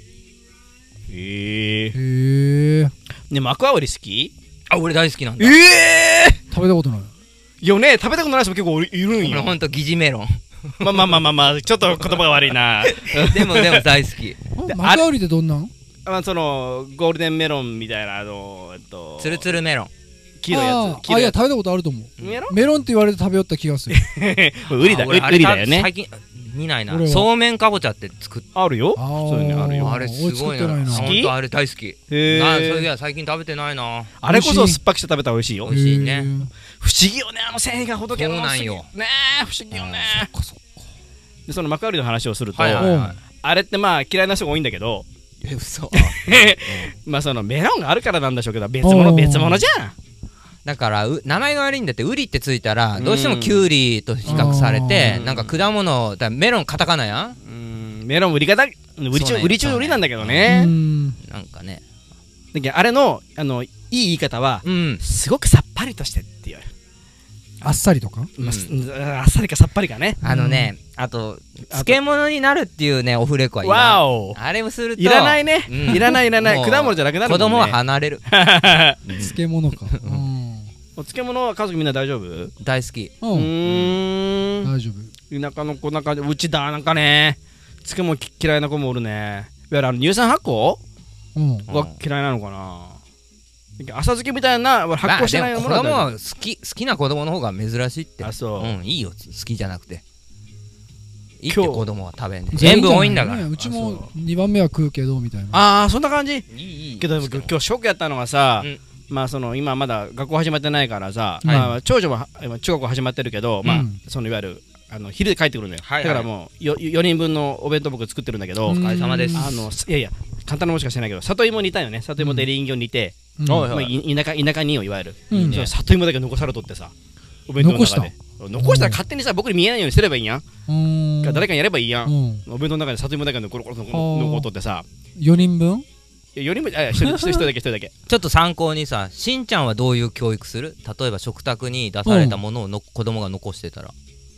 へえ。ね、マクワウリ好き？ 俺大好きなんだ。 食べたことないよね。食べたことない人も結構いるんよ。 ほんと疑似メロン。 まあちょっと言葉が悪いな。 でも大好き。 マクワウリってどんなん？ そのゴールデンメロンみたいなツルツルメロン。 黄色いやつ。 いや食べたことあると思う。メロンって言われて食べよった気がする。 ウリだよね。 最近見ないな。そうめんかぼちゃって作っあるよ。そういうのあるよ。 あれすごいな。 好き？ あれ大好き。それいや最近食べてないな。 あれこそ酸っぱくして食べたら美味しいよ。 美味しいね。 不思議よね、繊維がほどけるの。 そうなんよ。 ねえ、不思議よね。でそのマクワウリの話をすると、 あれってまあ嫌いな人が多いんだけど、 嘘。 そのメロンがあるからなんでしょうけど、別物じゃん。 だから名前が悪いんだって。ウリってついたらどうしてもキュウリと比較されて、なんか果物だ、メロンカタカナやん。 メロン売り中の売りなんだけどね。 なんかね、 だけどあれのいい言い方はすごくさっぱりとしてっていう。 あっさりとか、 あっさりかさっぱりかね。 あと漬物になるっていうね、オフレコはいらない。あれもするといらないね。いらない果物じゃなくなるもんね。 子供は離れる。 漬物か。 お漬物は家族みんな大丈夫？ 大好き。 大丈夫。 田舎の子中でうちだなんかね、漬物嫌いな子もおるね。いわゆる乳酸発酵が嫌いなのかな。浅漬けみたいな発酵してないものは子供は好きな子供の方が珍しいって。いいよ、好きじゃなくていいって。子供は食べんね。塩分多いんだから。 うちも2番目は食うけどみたいな。 そんな感じ。けど今日ショックやったのがさ、今まだ学校始まってないからさ、長女は中学校始まってるけど、そのいわゆる昼で帰ってくるのよ。だからもう4人分のお弁当僕作ってるんだけど、 お疲れ様です。 いやいや簡単なものしかしてないけど、里芋煮たよね。里芋でリンゴ煮て、田舎煮をいわゆる里芋だけ残されとってさ、お弁当の中で残したら勝手にさ、僕に見えないようにすればいいやん。誰かにやればいいやん。お弁当の中で里芋だけ残っとってさ、 4人分 1人だけちょっと参考にさ、しんちゃんはどういう教育する？例えば食卓に出されたものを子供が残してたら。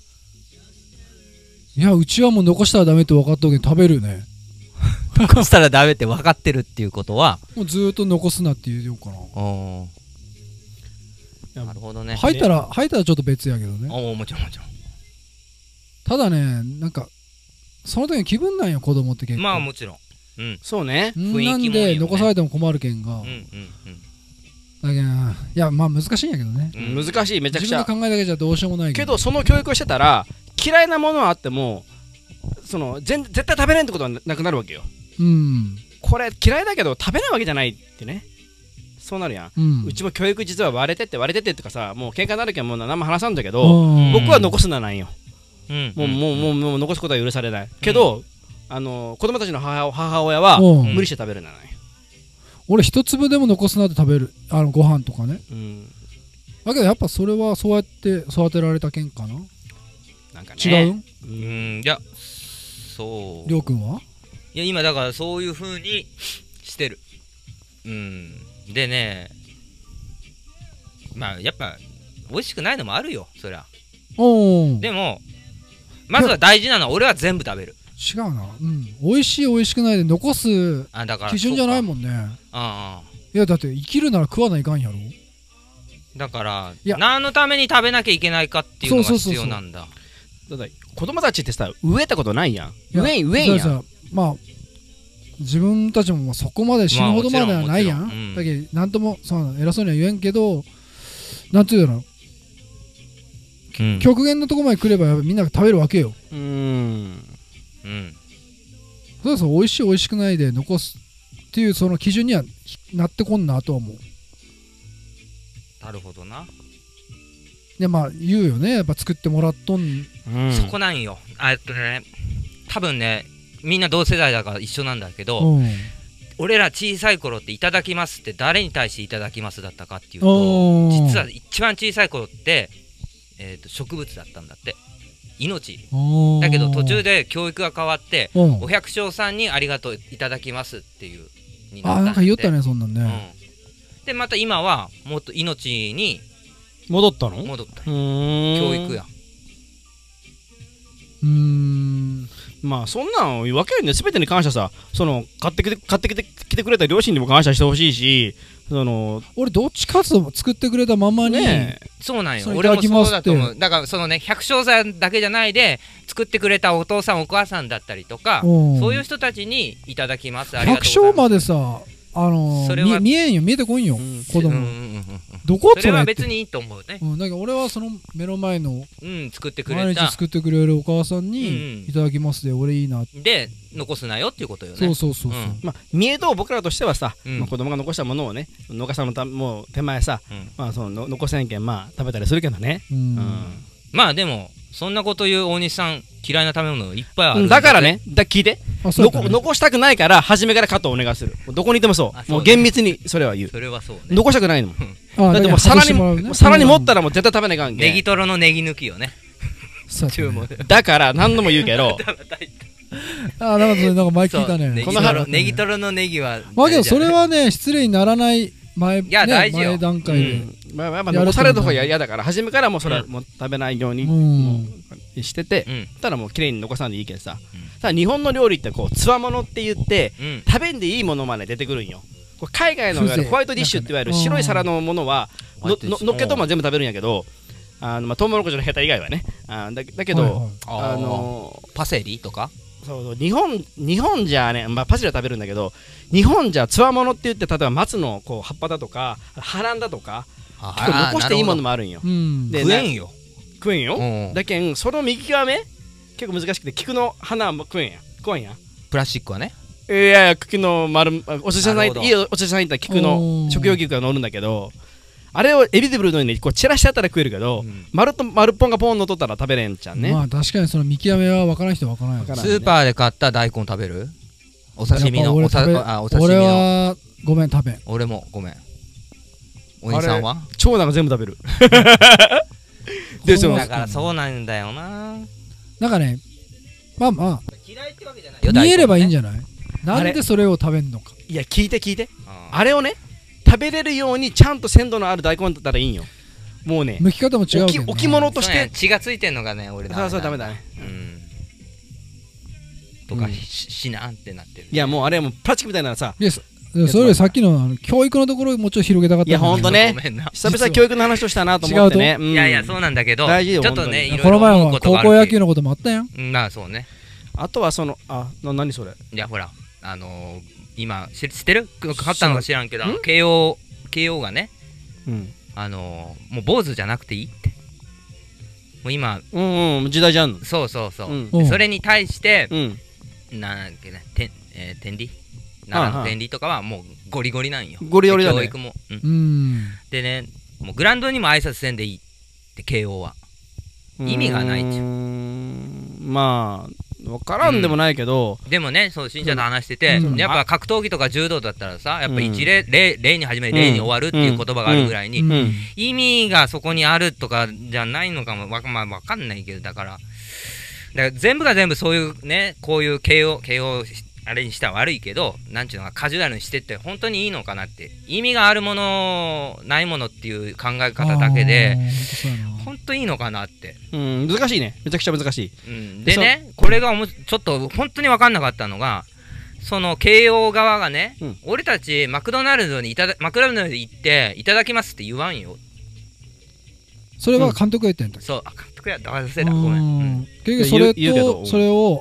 いや、うちはもう残したらダメって分かったけど食べるね。 残したらダメって分かってるっていうことはもうずーっと残すなって言うようかな。なるほどね。 吐いたらちょっと別やけどね。 もちろん。 ただね、なんかその時の気分なんよ、子供って結構。 まあもちろん。 そうね。 なんで残されても困るけんが。だけど、いやまあ難しいんやけどね。 難しい、めちゃくちゃ。 自分の考えだけじゃどうしようもないけど、その教育をしてたら嫌いなものはあっても絶対食べれんってことはなくなるわけよ。これ嫌いだけど食べないわけじゃないってね。そうなるやん。うちも教育実は割れてってってかさ、もう喧嘩になるけんもう何も話さんだけど、僕は残すななんよ。もう残すことは許されないけど、子供たちの母親は無理して食べるななんよ。 俺一粒でも残すなって食べる、ご飯とかね。だけどやっぱそれはそうやって育てられたけんかな。 なんかね、 い違や、そう。 りょうくんは？ いや、今だからそういう風にしてる。 でね、まあやっぱ美味しくないのもあるよ、そりゃ。でもまずは大事なのは俺は全部食べる。 違うな、美味しい美味しくないで残す基準じゃないもんね。いやだって生きるなら食わないかんやろ。 だから何のために食べなきゃいけないかっていうのが必要なんだ。 子供たちってさ、飢えたことないやん。飢えんやん。 まあ自分たちもそこまで死ぬほどまではないやん。だけどなんとも偉そうには言えんけど、なんていうの、極限のとこまで来ればみんなが食べるわけよ。そうそう、美味しい美味しくないで残すっていうその基準にはなってこんなとは思う。 なるほどな。 でまあ言うよね、やっぱ作ってもらっとん、 そこなんよ。多分ねみんな同世代だから一緒なんだけど、俺ら小さい頃っていただきますって誰に対していただきますだったかっていうと、実は一番小さい頃って植物だったんだって。命だけど途中で教育が変わってお百姓さんにありがとういただきますっていうになったんで。 なんか言ったねそんなんね。 でまた今はもっと命に戻ったの？ 戻った。教育や。 まあそんなん分けるんで全てに感謝さ、その買ってきてくれた両親にも感謝してほしいし、 俺どっちかと作ってくれたままに、 そうなんよ。俺もそうだと思う。だからそのね、百姓さんだけじゃないで作ってくれたお父さんお母さんだったりとか、そういう人たちにいただきます、ありがとうございます。 百姓までさ、それは見えんよ、見えてこんよ、子供。どこそれは別にいいと思うね。 だけど俺はその目の前の作ってくれた毎日作ってくれるお母さんにいただきますで俺いいなで残すなよっていうことよね。 そうまあ見えと僕らとしてはさ、子供が残したものをね、農家さんのもう手前さ、まあその残せんけんまあ食べたりするけどね。 まあでもそんなこと言う大西さん嫌いな食べ物いっぱいある。 だからね、聞いて、残したくないから初めからカットをお願いする。どこにいてもそう、もう厳密にそれは言う。 それはそうね。 残したくないの。だってもう皿に持ったらもう絶対食べないかんけん。 ネギトロのネギ抜きよね。 だから何度も言うけど。 なんか前聞いたね。 ネギトロのネギは。 まあけどそれはね失礼にならない前段階で。 残されるとこが嫌だから初めからもうそれはもう食べないようにしてて、ただもう綺麗に残さんでいいけどさ。ただ日本の料理ってこうつわものって言って食べんでいいものまで出てくるんよ。海外のいわゆるホワイトディッシュっていわゆる白い皿のものはのっけとも全部食べるんやけど、トウモロコシのヘタ以外はね。だけどパセリとかそう日本じゃね、まあパセリは食べるんだけど、日本じゃつわものって言って例えば松のこう葉っぱだとか葉蘭だとか残していいものもあるんよ。 食えんよ。 食えんよ。だけんその見極め結構難しくて、菊の花も食えんや。 プラスチックはね。 いや茎の丸お寿司屋さんいいお寿司屋さん行ったら菊の食用菊が乗るんだけど、あれをエビデブルのようにこう散らしちゃったら食えるけど、丸っぽんがポンのとったら食べれんちゃんね。 まあ確かにその見極めは分からん人は分からない。 スーパーで買った大根食べる？お刺身の。 俺はごめん食べん。 俺もごめん。お兄さんは？ 長男が全部食べる。 だからそうなんだよな。 なんかね、まあ見えればいいんじゃない？なんでそれを食べんのか。 いや聞いて、あれをね食べれるようにちゃんと鮮度のある大根だったらいいんよ。もうね剥き方も違うけど置物として血がついてんのがね俺だ。 そうダメだね。 とかしなってなってる。 いやもうあれはもうプラスチックみたいなさ。 それよりさっきの教育のところをもうちょっと広げたかった。 いやほんとね、久々教育の話をしたなと思ってね。 いやそうなんだけど、ちょっとねこの前は高校野球のこともあったやん。 まあそうね。 あとはその何それ。 いやほら今知ってる？勝ったのか知らんけど慶応がね、もう坊主じゃなくていいって。もう今時代じゃん。 そうそれに対してなんだっけね天理奈良の天理とかはもうゴリゴリなんよ。 ゴリゴリだね。 教育も。でねもうグラウンドにも挨拶せんでいいって慶応は意味がないっちゅう。 まあ分からんでもないけど、 でもねそう信者と話してて、やっぱ格闘技とか柔道だったらさやっぱ一例に始め例に終わるっていう言葉があるぐらいに意味がそこにあるとかじゃないのかもまあ分かんないけど、だから全部が全部そういうねこういう慶応あれにしたら悪いけど、なんちゅうのかカジュアルにしてって本当にいいのかなって、意味があるものないものっていう考え方だけで本当いいのかなって。 難しいね、めちゃくちゃ難しい。でね、これがちょっと本当に分かんなかったのが、その慶応側がね、俺たちマクドナルドに行っていただきますって言わんよ。 それは監督が言ってんだ。 そう、監督やったら忘れた、ごめん。 結局それを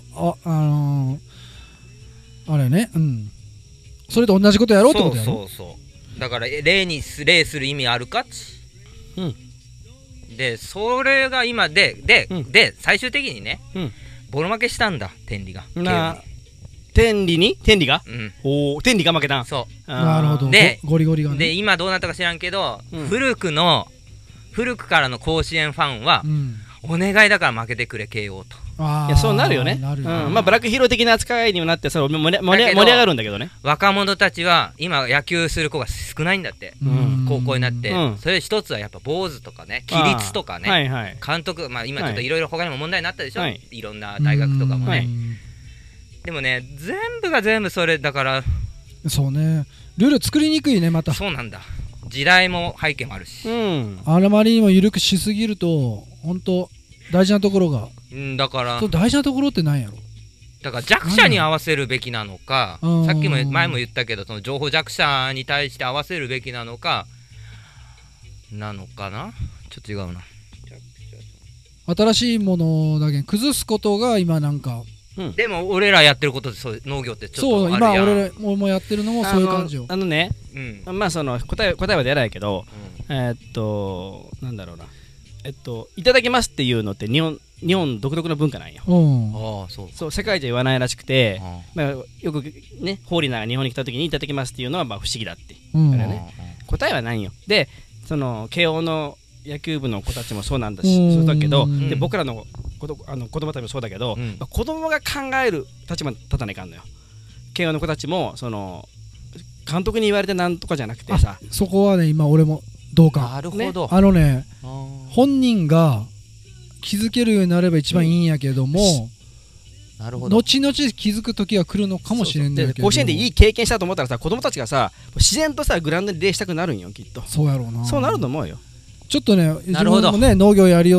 あれね、それと同じことやろうってことやろ。 そうだから礼する意味あるかっち。でそれが今で最終的にね、ボロ負けしたんだ天理が。 天理が天理が負けたん。 そう、なるほど。でゴリゴリがね。 で今どうなったか知らんけど、古くからの甲子園ファンは、お願いだから負けてくれ慶応と。 いやそうなるよね。まあブラックヒーロー的な扱いにもなってそれ盛り上がるんだけどね。 若者たちは今野球する子が少ないんだって、高校になって。それ一つはやっぱ坊主とかね、規律とかね、監督、まあ今ちょっといろいろ他にも問題になったでしょ、いろんな大学とかもね。でもね、全部が全部それだから。 そうね、ルール作りにくいね。またそうなんだ、時代も背景もあるし、 あまりにも緩くしすぎると本当大事なところが、 だから大事なところって何やろ。 だから弱者に合わせるべきなのか、さっきも前も言ったけど、その情報弱者に対して合わせるべきなのかなのかな。ちょっと違うな。 新しいものだけ崩すことが今なんか、 でも俺らやってることで農業ってちょっとあるやん。 そう、今俺もやってるのもそういう感じよ。 まあその答えは出ないけど、なんだろうな、いただきますっていうのって日本独特の文化なんよ。そう世界じゃ言わないらしくて、よくねホーリーナが日本に来た時にいただきますっていうのはまあ不思議だって。答えはないよ。でその慶応の野球部の子たちもそうなんだし、そうだけど、で僕らの子供たちもそうだけど、子供が考える立場に立たないかんのよ。慶応の子たちもその監督に言われてなんとかじゃなくてさ、 そこはね今俺もどうか。 なるほど。 本人が気づけるようになれば一番いいんやけども、後々気づく時が来るのかもしれんねんけど、 甲子園でいい経験したと思ったらさ、子供たちがさ自然とさグラウンドで礼したくなるんよきっと。 そうやろうな。 そうなると思うよ。 ちょっとね、自分もね農業やりよって、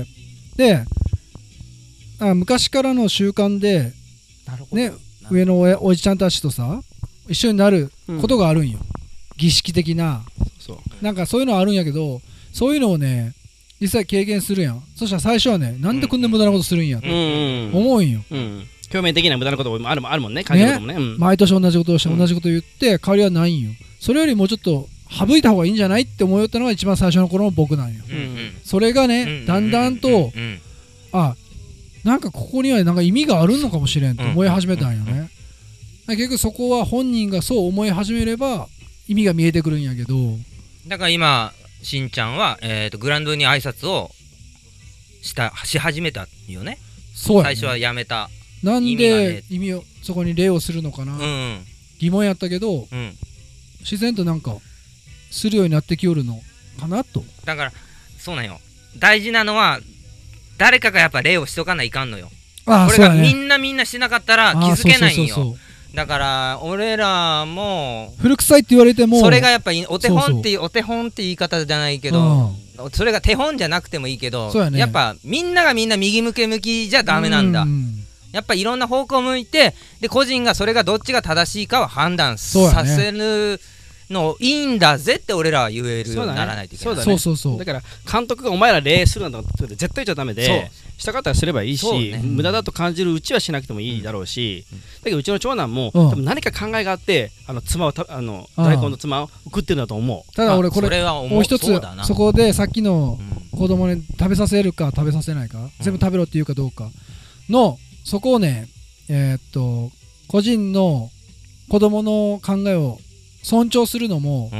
で昔からの習慣でね、上のおじちゃんたちとさ一緒になることがあるんよ、儀式的な。なんかそういうのあるんやけど、そういうのをね実際経験するやん。そしたら最初はね、なんでこんな無駄なことするんやと思うんよ。 表面的な無駄なこともあるもんね。 毎年同じことをして同じこと言って変わりはないんよ。それよりもうちょっと省いた方がいいんじゃないって思ったのが一番最初の頃の僕なんよ。それがねだんだんとなんかここにはなんか意味があるのかもしれんと思い始めたんよね。結局そこは本人がそう思い始めれば意味が見えてくるんやけど、 だから今しんちゃんはグラウンドに挨拶をし始めたよね。 そうやね。 最初はやめた。 なんで意味をそこに礼をするのかな、疑問やったけど、自然となんかするようになってきよるのかなと。 だからそうなんよ。大事なのは誰かがやっぱ礼をしとかないかんのよ。これがみんなしなかったら気づけないんよ。だから俺らも古臭いって言われてもそれがやっぱりお手本って言い方じゃないけど、それが手本じゃなくてもいいけど、やっぱみんながみんな右向きじゃダメなんだ。やっぱいろんな方向を向いて、で個人がそれがどっちが正しいかを判断させるのいいんだぜって俺らは言えるようにならないといけない。 だから監督がお前ら礼するんだって絶対言っちゃダメで、したかったらすればいいし、無駄だと感じるうちはしなくてもいいだろうし、だけどうちの長男も多分何か考えがあって妻を大根の妻を食ってるんだと思う。 ただ俺これもう一つそこでさっきの子供に食べさせるか食べさせないか、全部食べろっていうかどうかのそこをね、個人の子供の考えを尊重するのも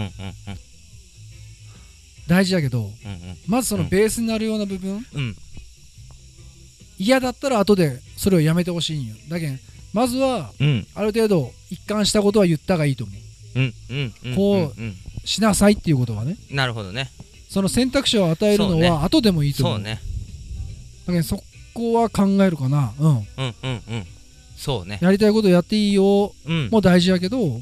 大事だけど、まずそのベースになるような部分、嫌だったら後でそれをやめてほしいんよ。だけどまずはある程度一貫したことは言った方がいいと思う。こうしなさいっていうことはね。 なるほどね。 その選択肢を与えるのは後でもいいと思う。だけどそこは考えるかな。 そうね、 やりたいことやっていいよも大事やけど、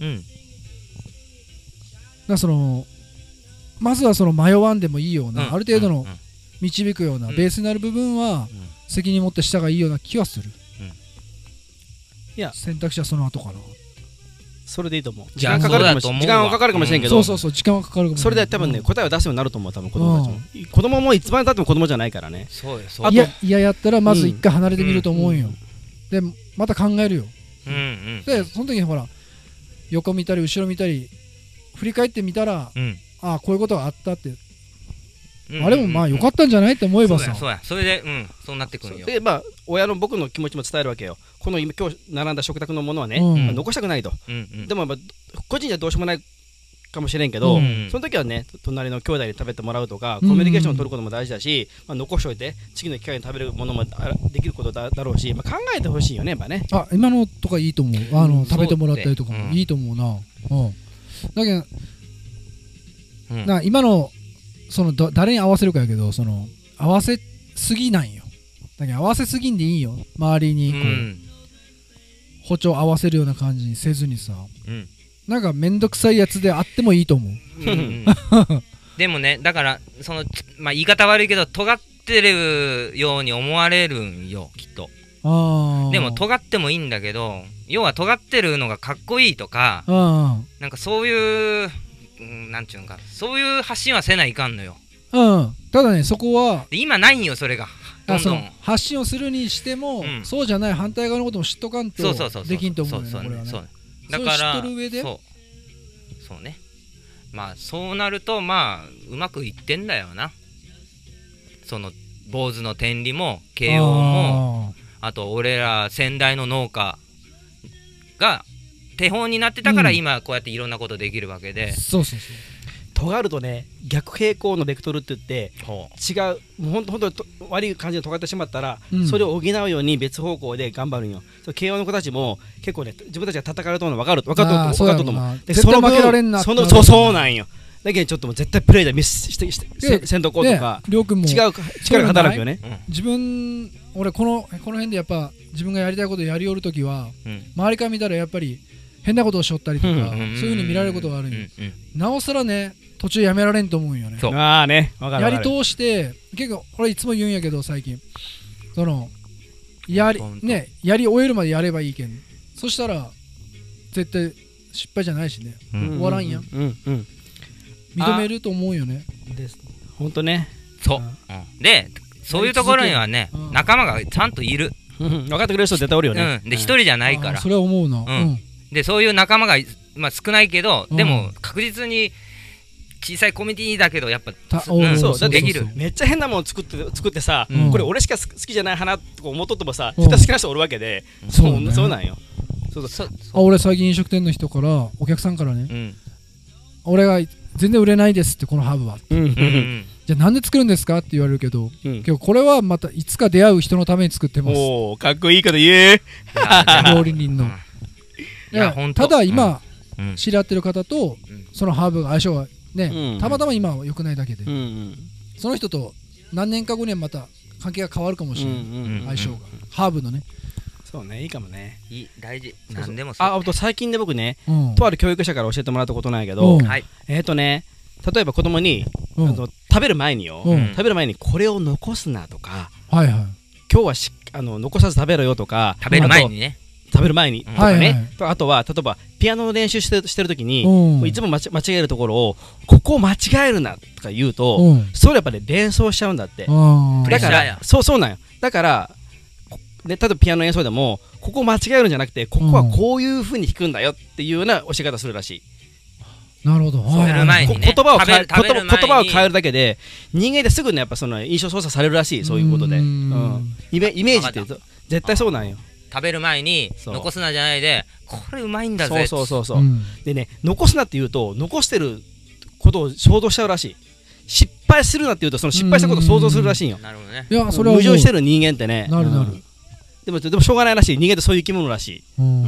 そのまずはその迷わんでもいいような、ある程度の導くようなベースになる部分は責任持ってした方がいいような気はする。いや選択肢はその後かな。 それでいいと思う。時間かかるかもしれんけど、 そう時間はかかるかもしれん。 それで多分ね答えを出すようになると思う。多分子供たちも子供もいつまでたっても子供じゃないからね。 そうよ。 いややったらまず一回離れてみると思うよ。でまた考えるよ。でその時にほら横見たり後ろ見たり振り返ってみたら、ああこういうことがあったって、あれもまあ良かったんじゃないって思えばさ、 それでそうなってくるよ。 でまあ親の僕の気持ちも伝えるわけよ。この今日並んだ食卓のものはね残したくないと。でも個人じゃどうしようもないかもしれんけど、その時はね隣の兄弟に食べてもらうとかコミュニケーションを取ることも大事だし、残しておいて次の機会に食べるものもできることだろうし、考えてほしいよねやっぱね。 今のとかいいと思う。食べてもらったりとかもいいと思うな。だけど今のその誰に合わせるかやけど、その合わせすぎないよ。だけど合わせすぎんでいいよ。周りにこう歩調合わせるような感じにせずにさ、なんかめんどくさいやつであってもいいと思う。 でもね、だからその言い方悪いけど尖ってるように思われるんよきっと。でも尖ってもいいんだけど、要は尖ってるのがかっこいいとか、なんかそういうなんちゅうんか、そういう発信はせないかんのよ。 ただねそこは今ないんよそれが。 その発信をするにしても、そうじゃない反対側のことも知っとかんとできんと思うよね、これはね。 だから知っとる上でそうね、そうなるとうまくいってんだよな。その坊主の天理も慶応も、あと俺ら先代の農家が手本になってたから今こうやっていろんなことできるわけで。 尖るとね逆平行のベクトルって言って違う、もうほんと悪い感じで尖ってしまったら、それを補うように別方向で頑張るんよ。慶応の子たちも結構ね自分たちが叩かれたの分かると思う。 絶対負けられんな。 そうなんよ。だけどちょっともう絶対プレーでミスしてせんとこうとか、違う力が働くよね。俺この辺でやっぱ自分がやりたいことやりよるときは、周りから見たらやっぱり変なことをしょったりとか、そういう風に見られることがあるんよ。なおさらね途中やめられんと思うんよね。やり通して結構俺いつも言うんやけど、最近そのやり終えるまでやればいいけん、そしたら絶対失敗じゃないしね、終わらんやん。認めると思うよね。 ほんとね。 でそういうところにはね仲間がちゃんといる。 分かってくれる人絶対おるよね。 で一人じゃないから。 それは思うな。 でそういう仲間が少ないけど、でも確実に小さいコミュニティだけどやっぱできる。 めっちゃ変なもの作ってさ、これ俺しか好きじゃない花とか思っとってもさ絶対好きな人おるわけで、そうなんよ。 俺最近飲食店の人からお客さんからね、俺が全然売れないですってこのハーブは。じゃあなんで作るんですかって言われるけど、これはまたいつか出会う人のために作ってます。 かっこいいこと言え。 料理人の。ただ今知り合ってる方とそのハーブが相性がね、たまたま今は良くないだけで、その人と何年か後にはまた関係が変わるかもしれない。相性がハーブのね。 そうね、いいかもね。 大事。何でもそう。 あと最近で僕ね、とある教育者から教えてもらったことなんやけど、例えば子供に食べる前にこれを残すなとか、今日は残さず食べろよとか、 食べる前にとかね。あとは例えばピアノの練習してる時にいつも間違えるところをここを間違えるなとか言うと、それやっぱり連想しちゃうんだって。だからそうなんよ。だから例えばピアノ演奏でもここを間違えるんじゃなくて、ここはこういう風に弾くんだよっていうような教え方するらしい。 なるほど。 言葉を変えるだけで人間ですぐねやっぱその印象操作されるらしい。そういうことでイメージって絶対そうなんよ。 食べる前に残すなじゃないで、これうまいんだぜ。でね、残すなって言うと残してることを想像しちゃうらしい。失敗するなって言うとその失敗したことを想像するらしいんよ。 いやそれは矛盾してる人間ってね。 なる。 でもしょうがないらしい。人間ってそういう生き物らしい。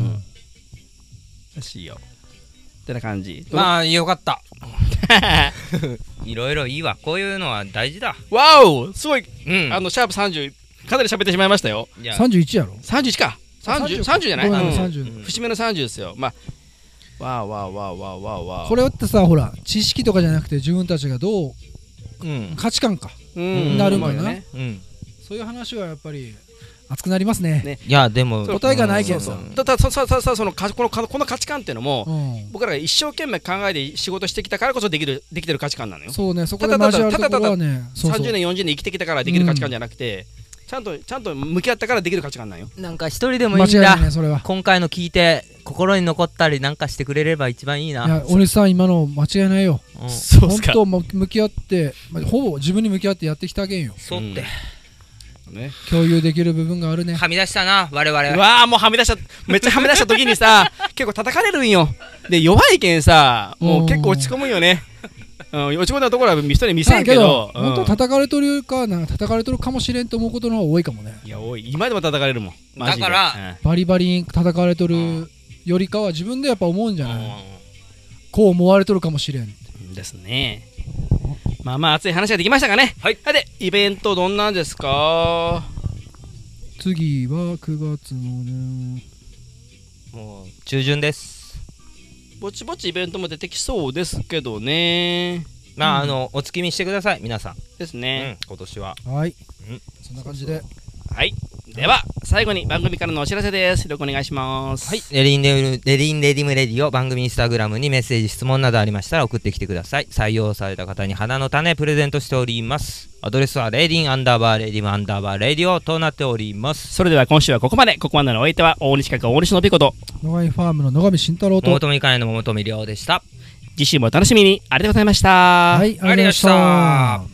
らしいよ。ってな感じ。 よかった。いろいろいいわ。こういうのは大事だ。 わお、すごい。シャープ30かなり喋ってしまいましたよ。 31やろ。 31か。 30じゃない？節目の30ですよ。まあわあこれってさ、ほら知識とかじゃなくて自分たちがどう価値観かなるんかな。そういう話はやっぱり熱くなりますね。 いやでも答えがないけど、そのこの価値観っていうのも僕らが一生懸命考えて仕事してきたからこそできてる価値観なのよ。 そうね、そこで交わるところはね、 30年40年生きてきたからできる価値観じゃなくて、ちゃんと向き合ったからできる価値観なんよ。 なんか一人でもいいんだ。今回の聞いて心に残ったりなんかしてくれれば一番いいな。 いや俺さ、今の間違いないよ。 そうっすか。 本当向き合ってほぼ自分に向き合ってやってきたけんよ。 そうって共有できる部分があるね。 はみ出したな我々。 うわあ、もうめっちゃはみ出した時にさ結構叩かれるんよ。で弱いけんさ、もう結構落ち込むよね。落ち込んだところは人に見せんけど、 本当叩かれとるかなんか叩かれとるかもしれんと思うことの方が多いかもね。 いや多い。今でも叩かれるもん。 だからバリバリ叩かれとるよりかは自分でやっぱ思うんじゃない。こう思われとるかもしれんですね。まあ熱い話ができましたかね。はい。でイベントどんなんですか？ 次は9月のね、 もう中旬です。 ぼちぼちイベントも出てきそうですけどね。 まあお月見してください皆さん。 ですね。 今年は。 はい。そんな感じで。 はい。では最後に番組からのお知らせです。よろしくお願いします。 はい。レディンレディムレディを番組インスタグラムにメッセージ質問などありましたら送ってきてください。採用された方に花の種プレゼントしております。アドレスはレディン_レディオとなっております。 それでは今週はここまで。ここまでのお相手は大西区大西のびこと野上ファームの野上慎太郎と桃富会の桃富亮でした。 次週もお楽しみに。ありがとうございました。 はい、ありがとうございました。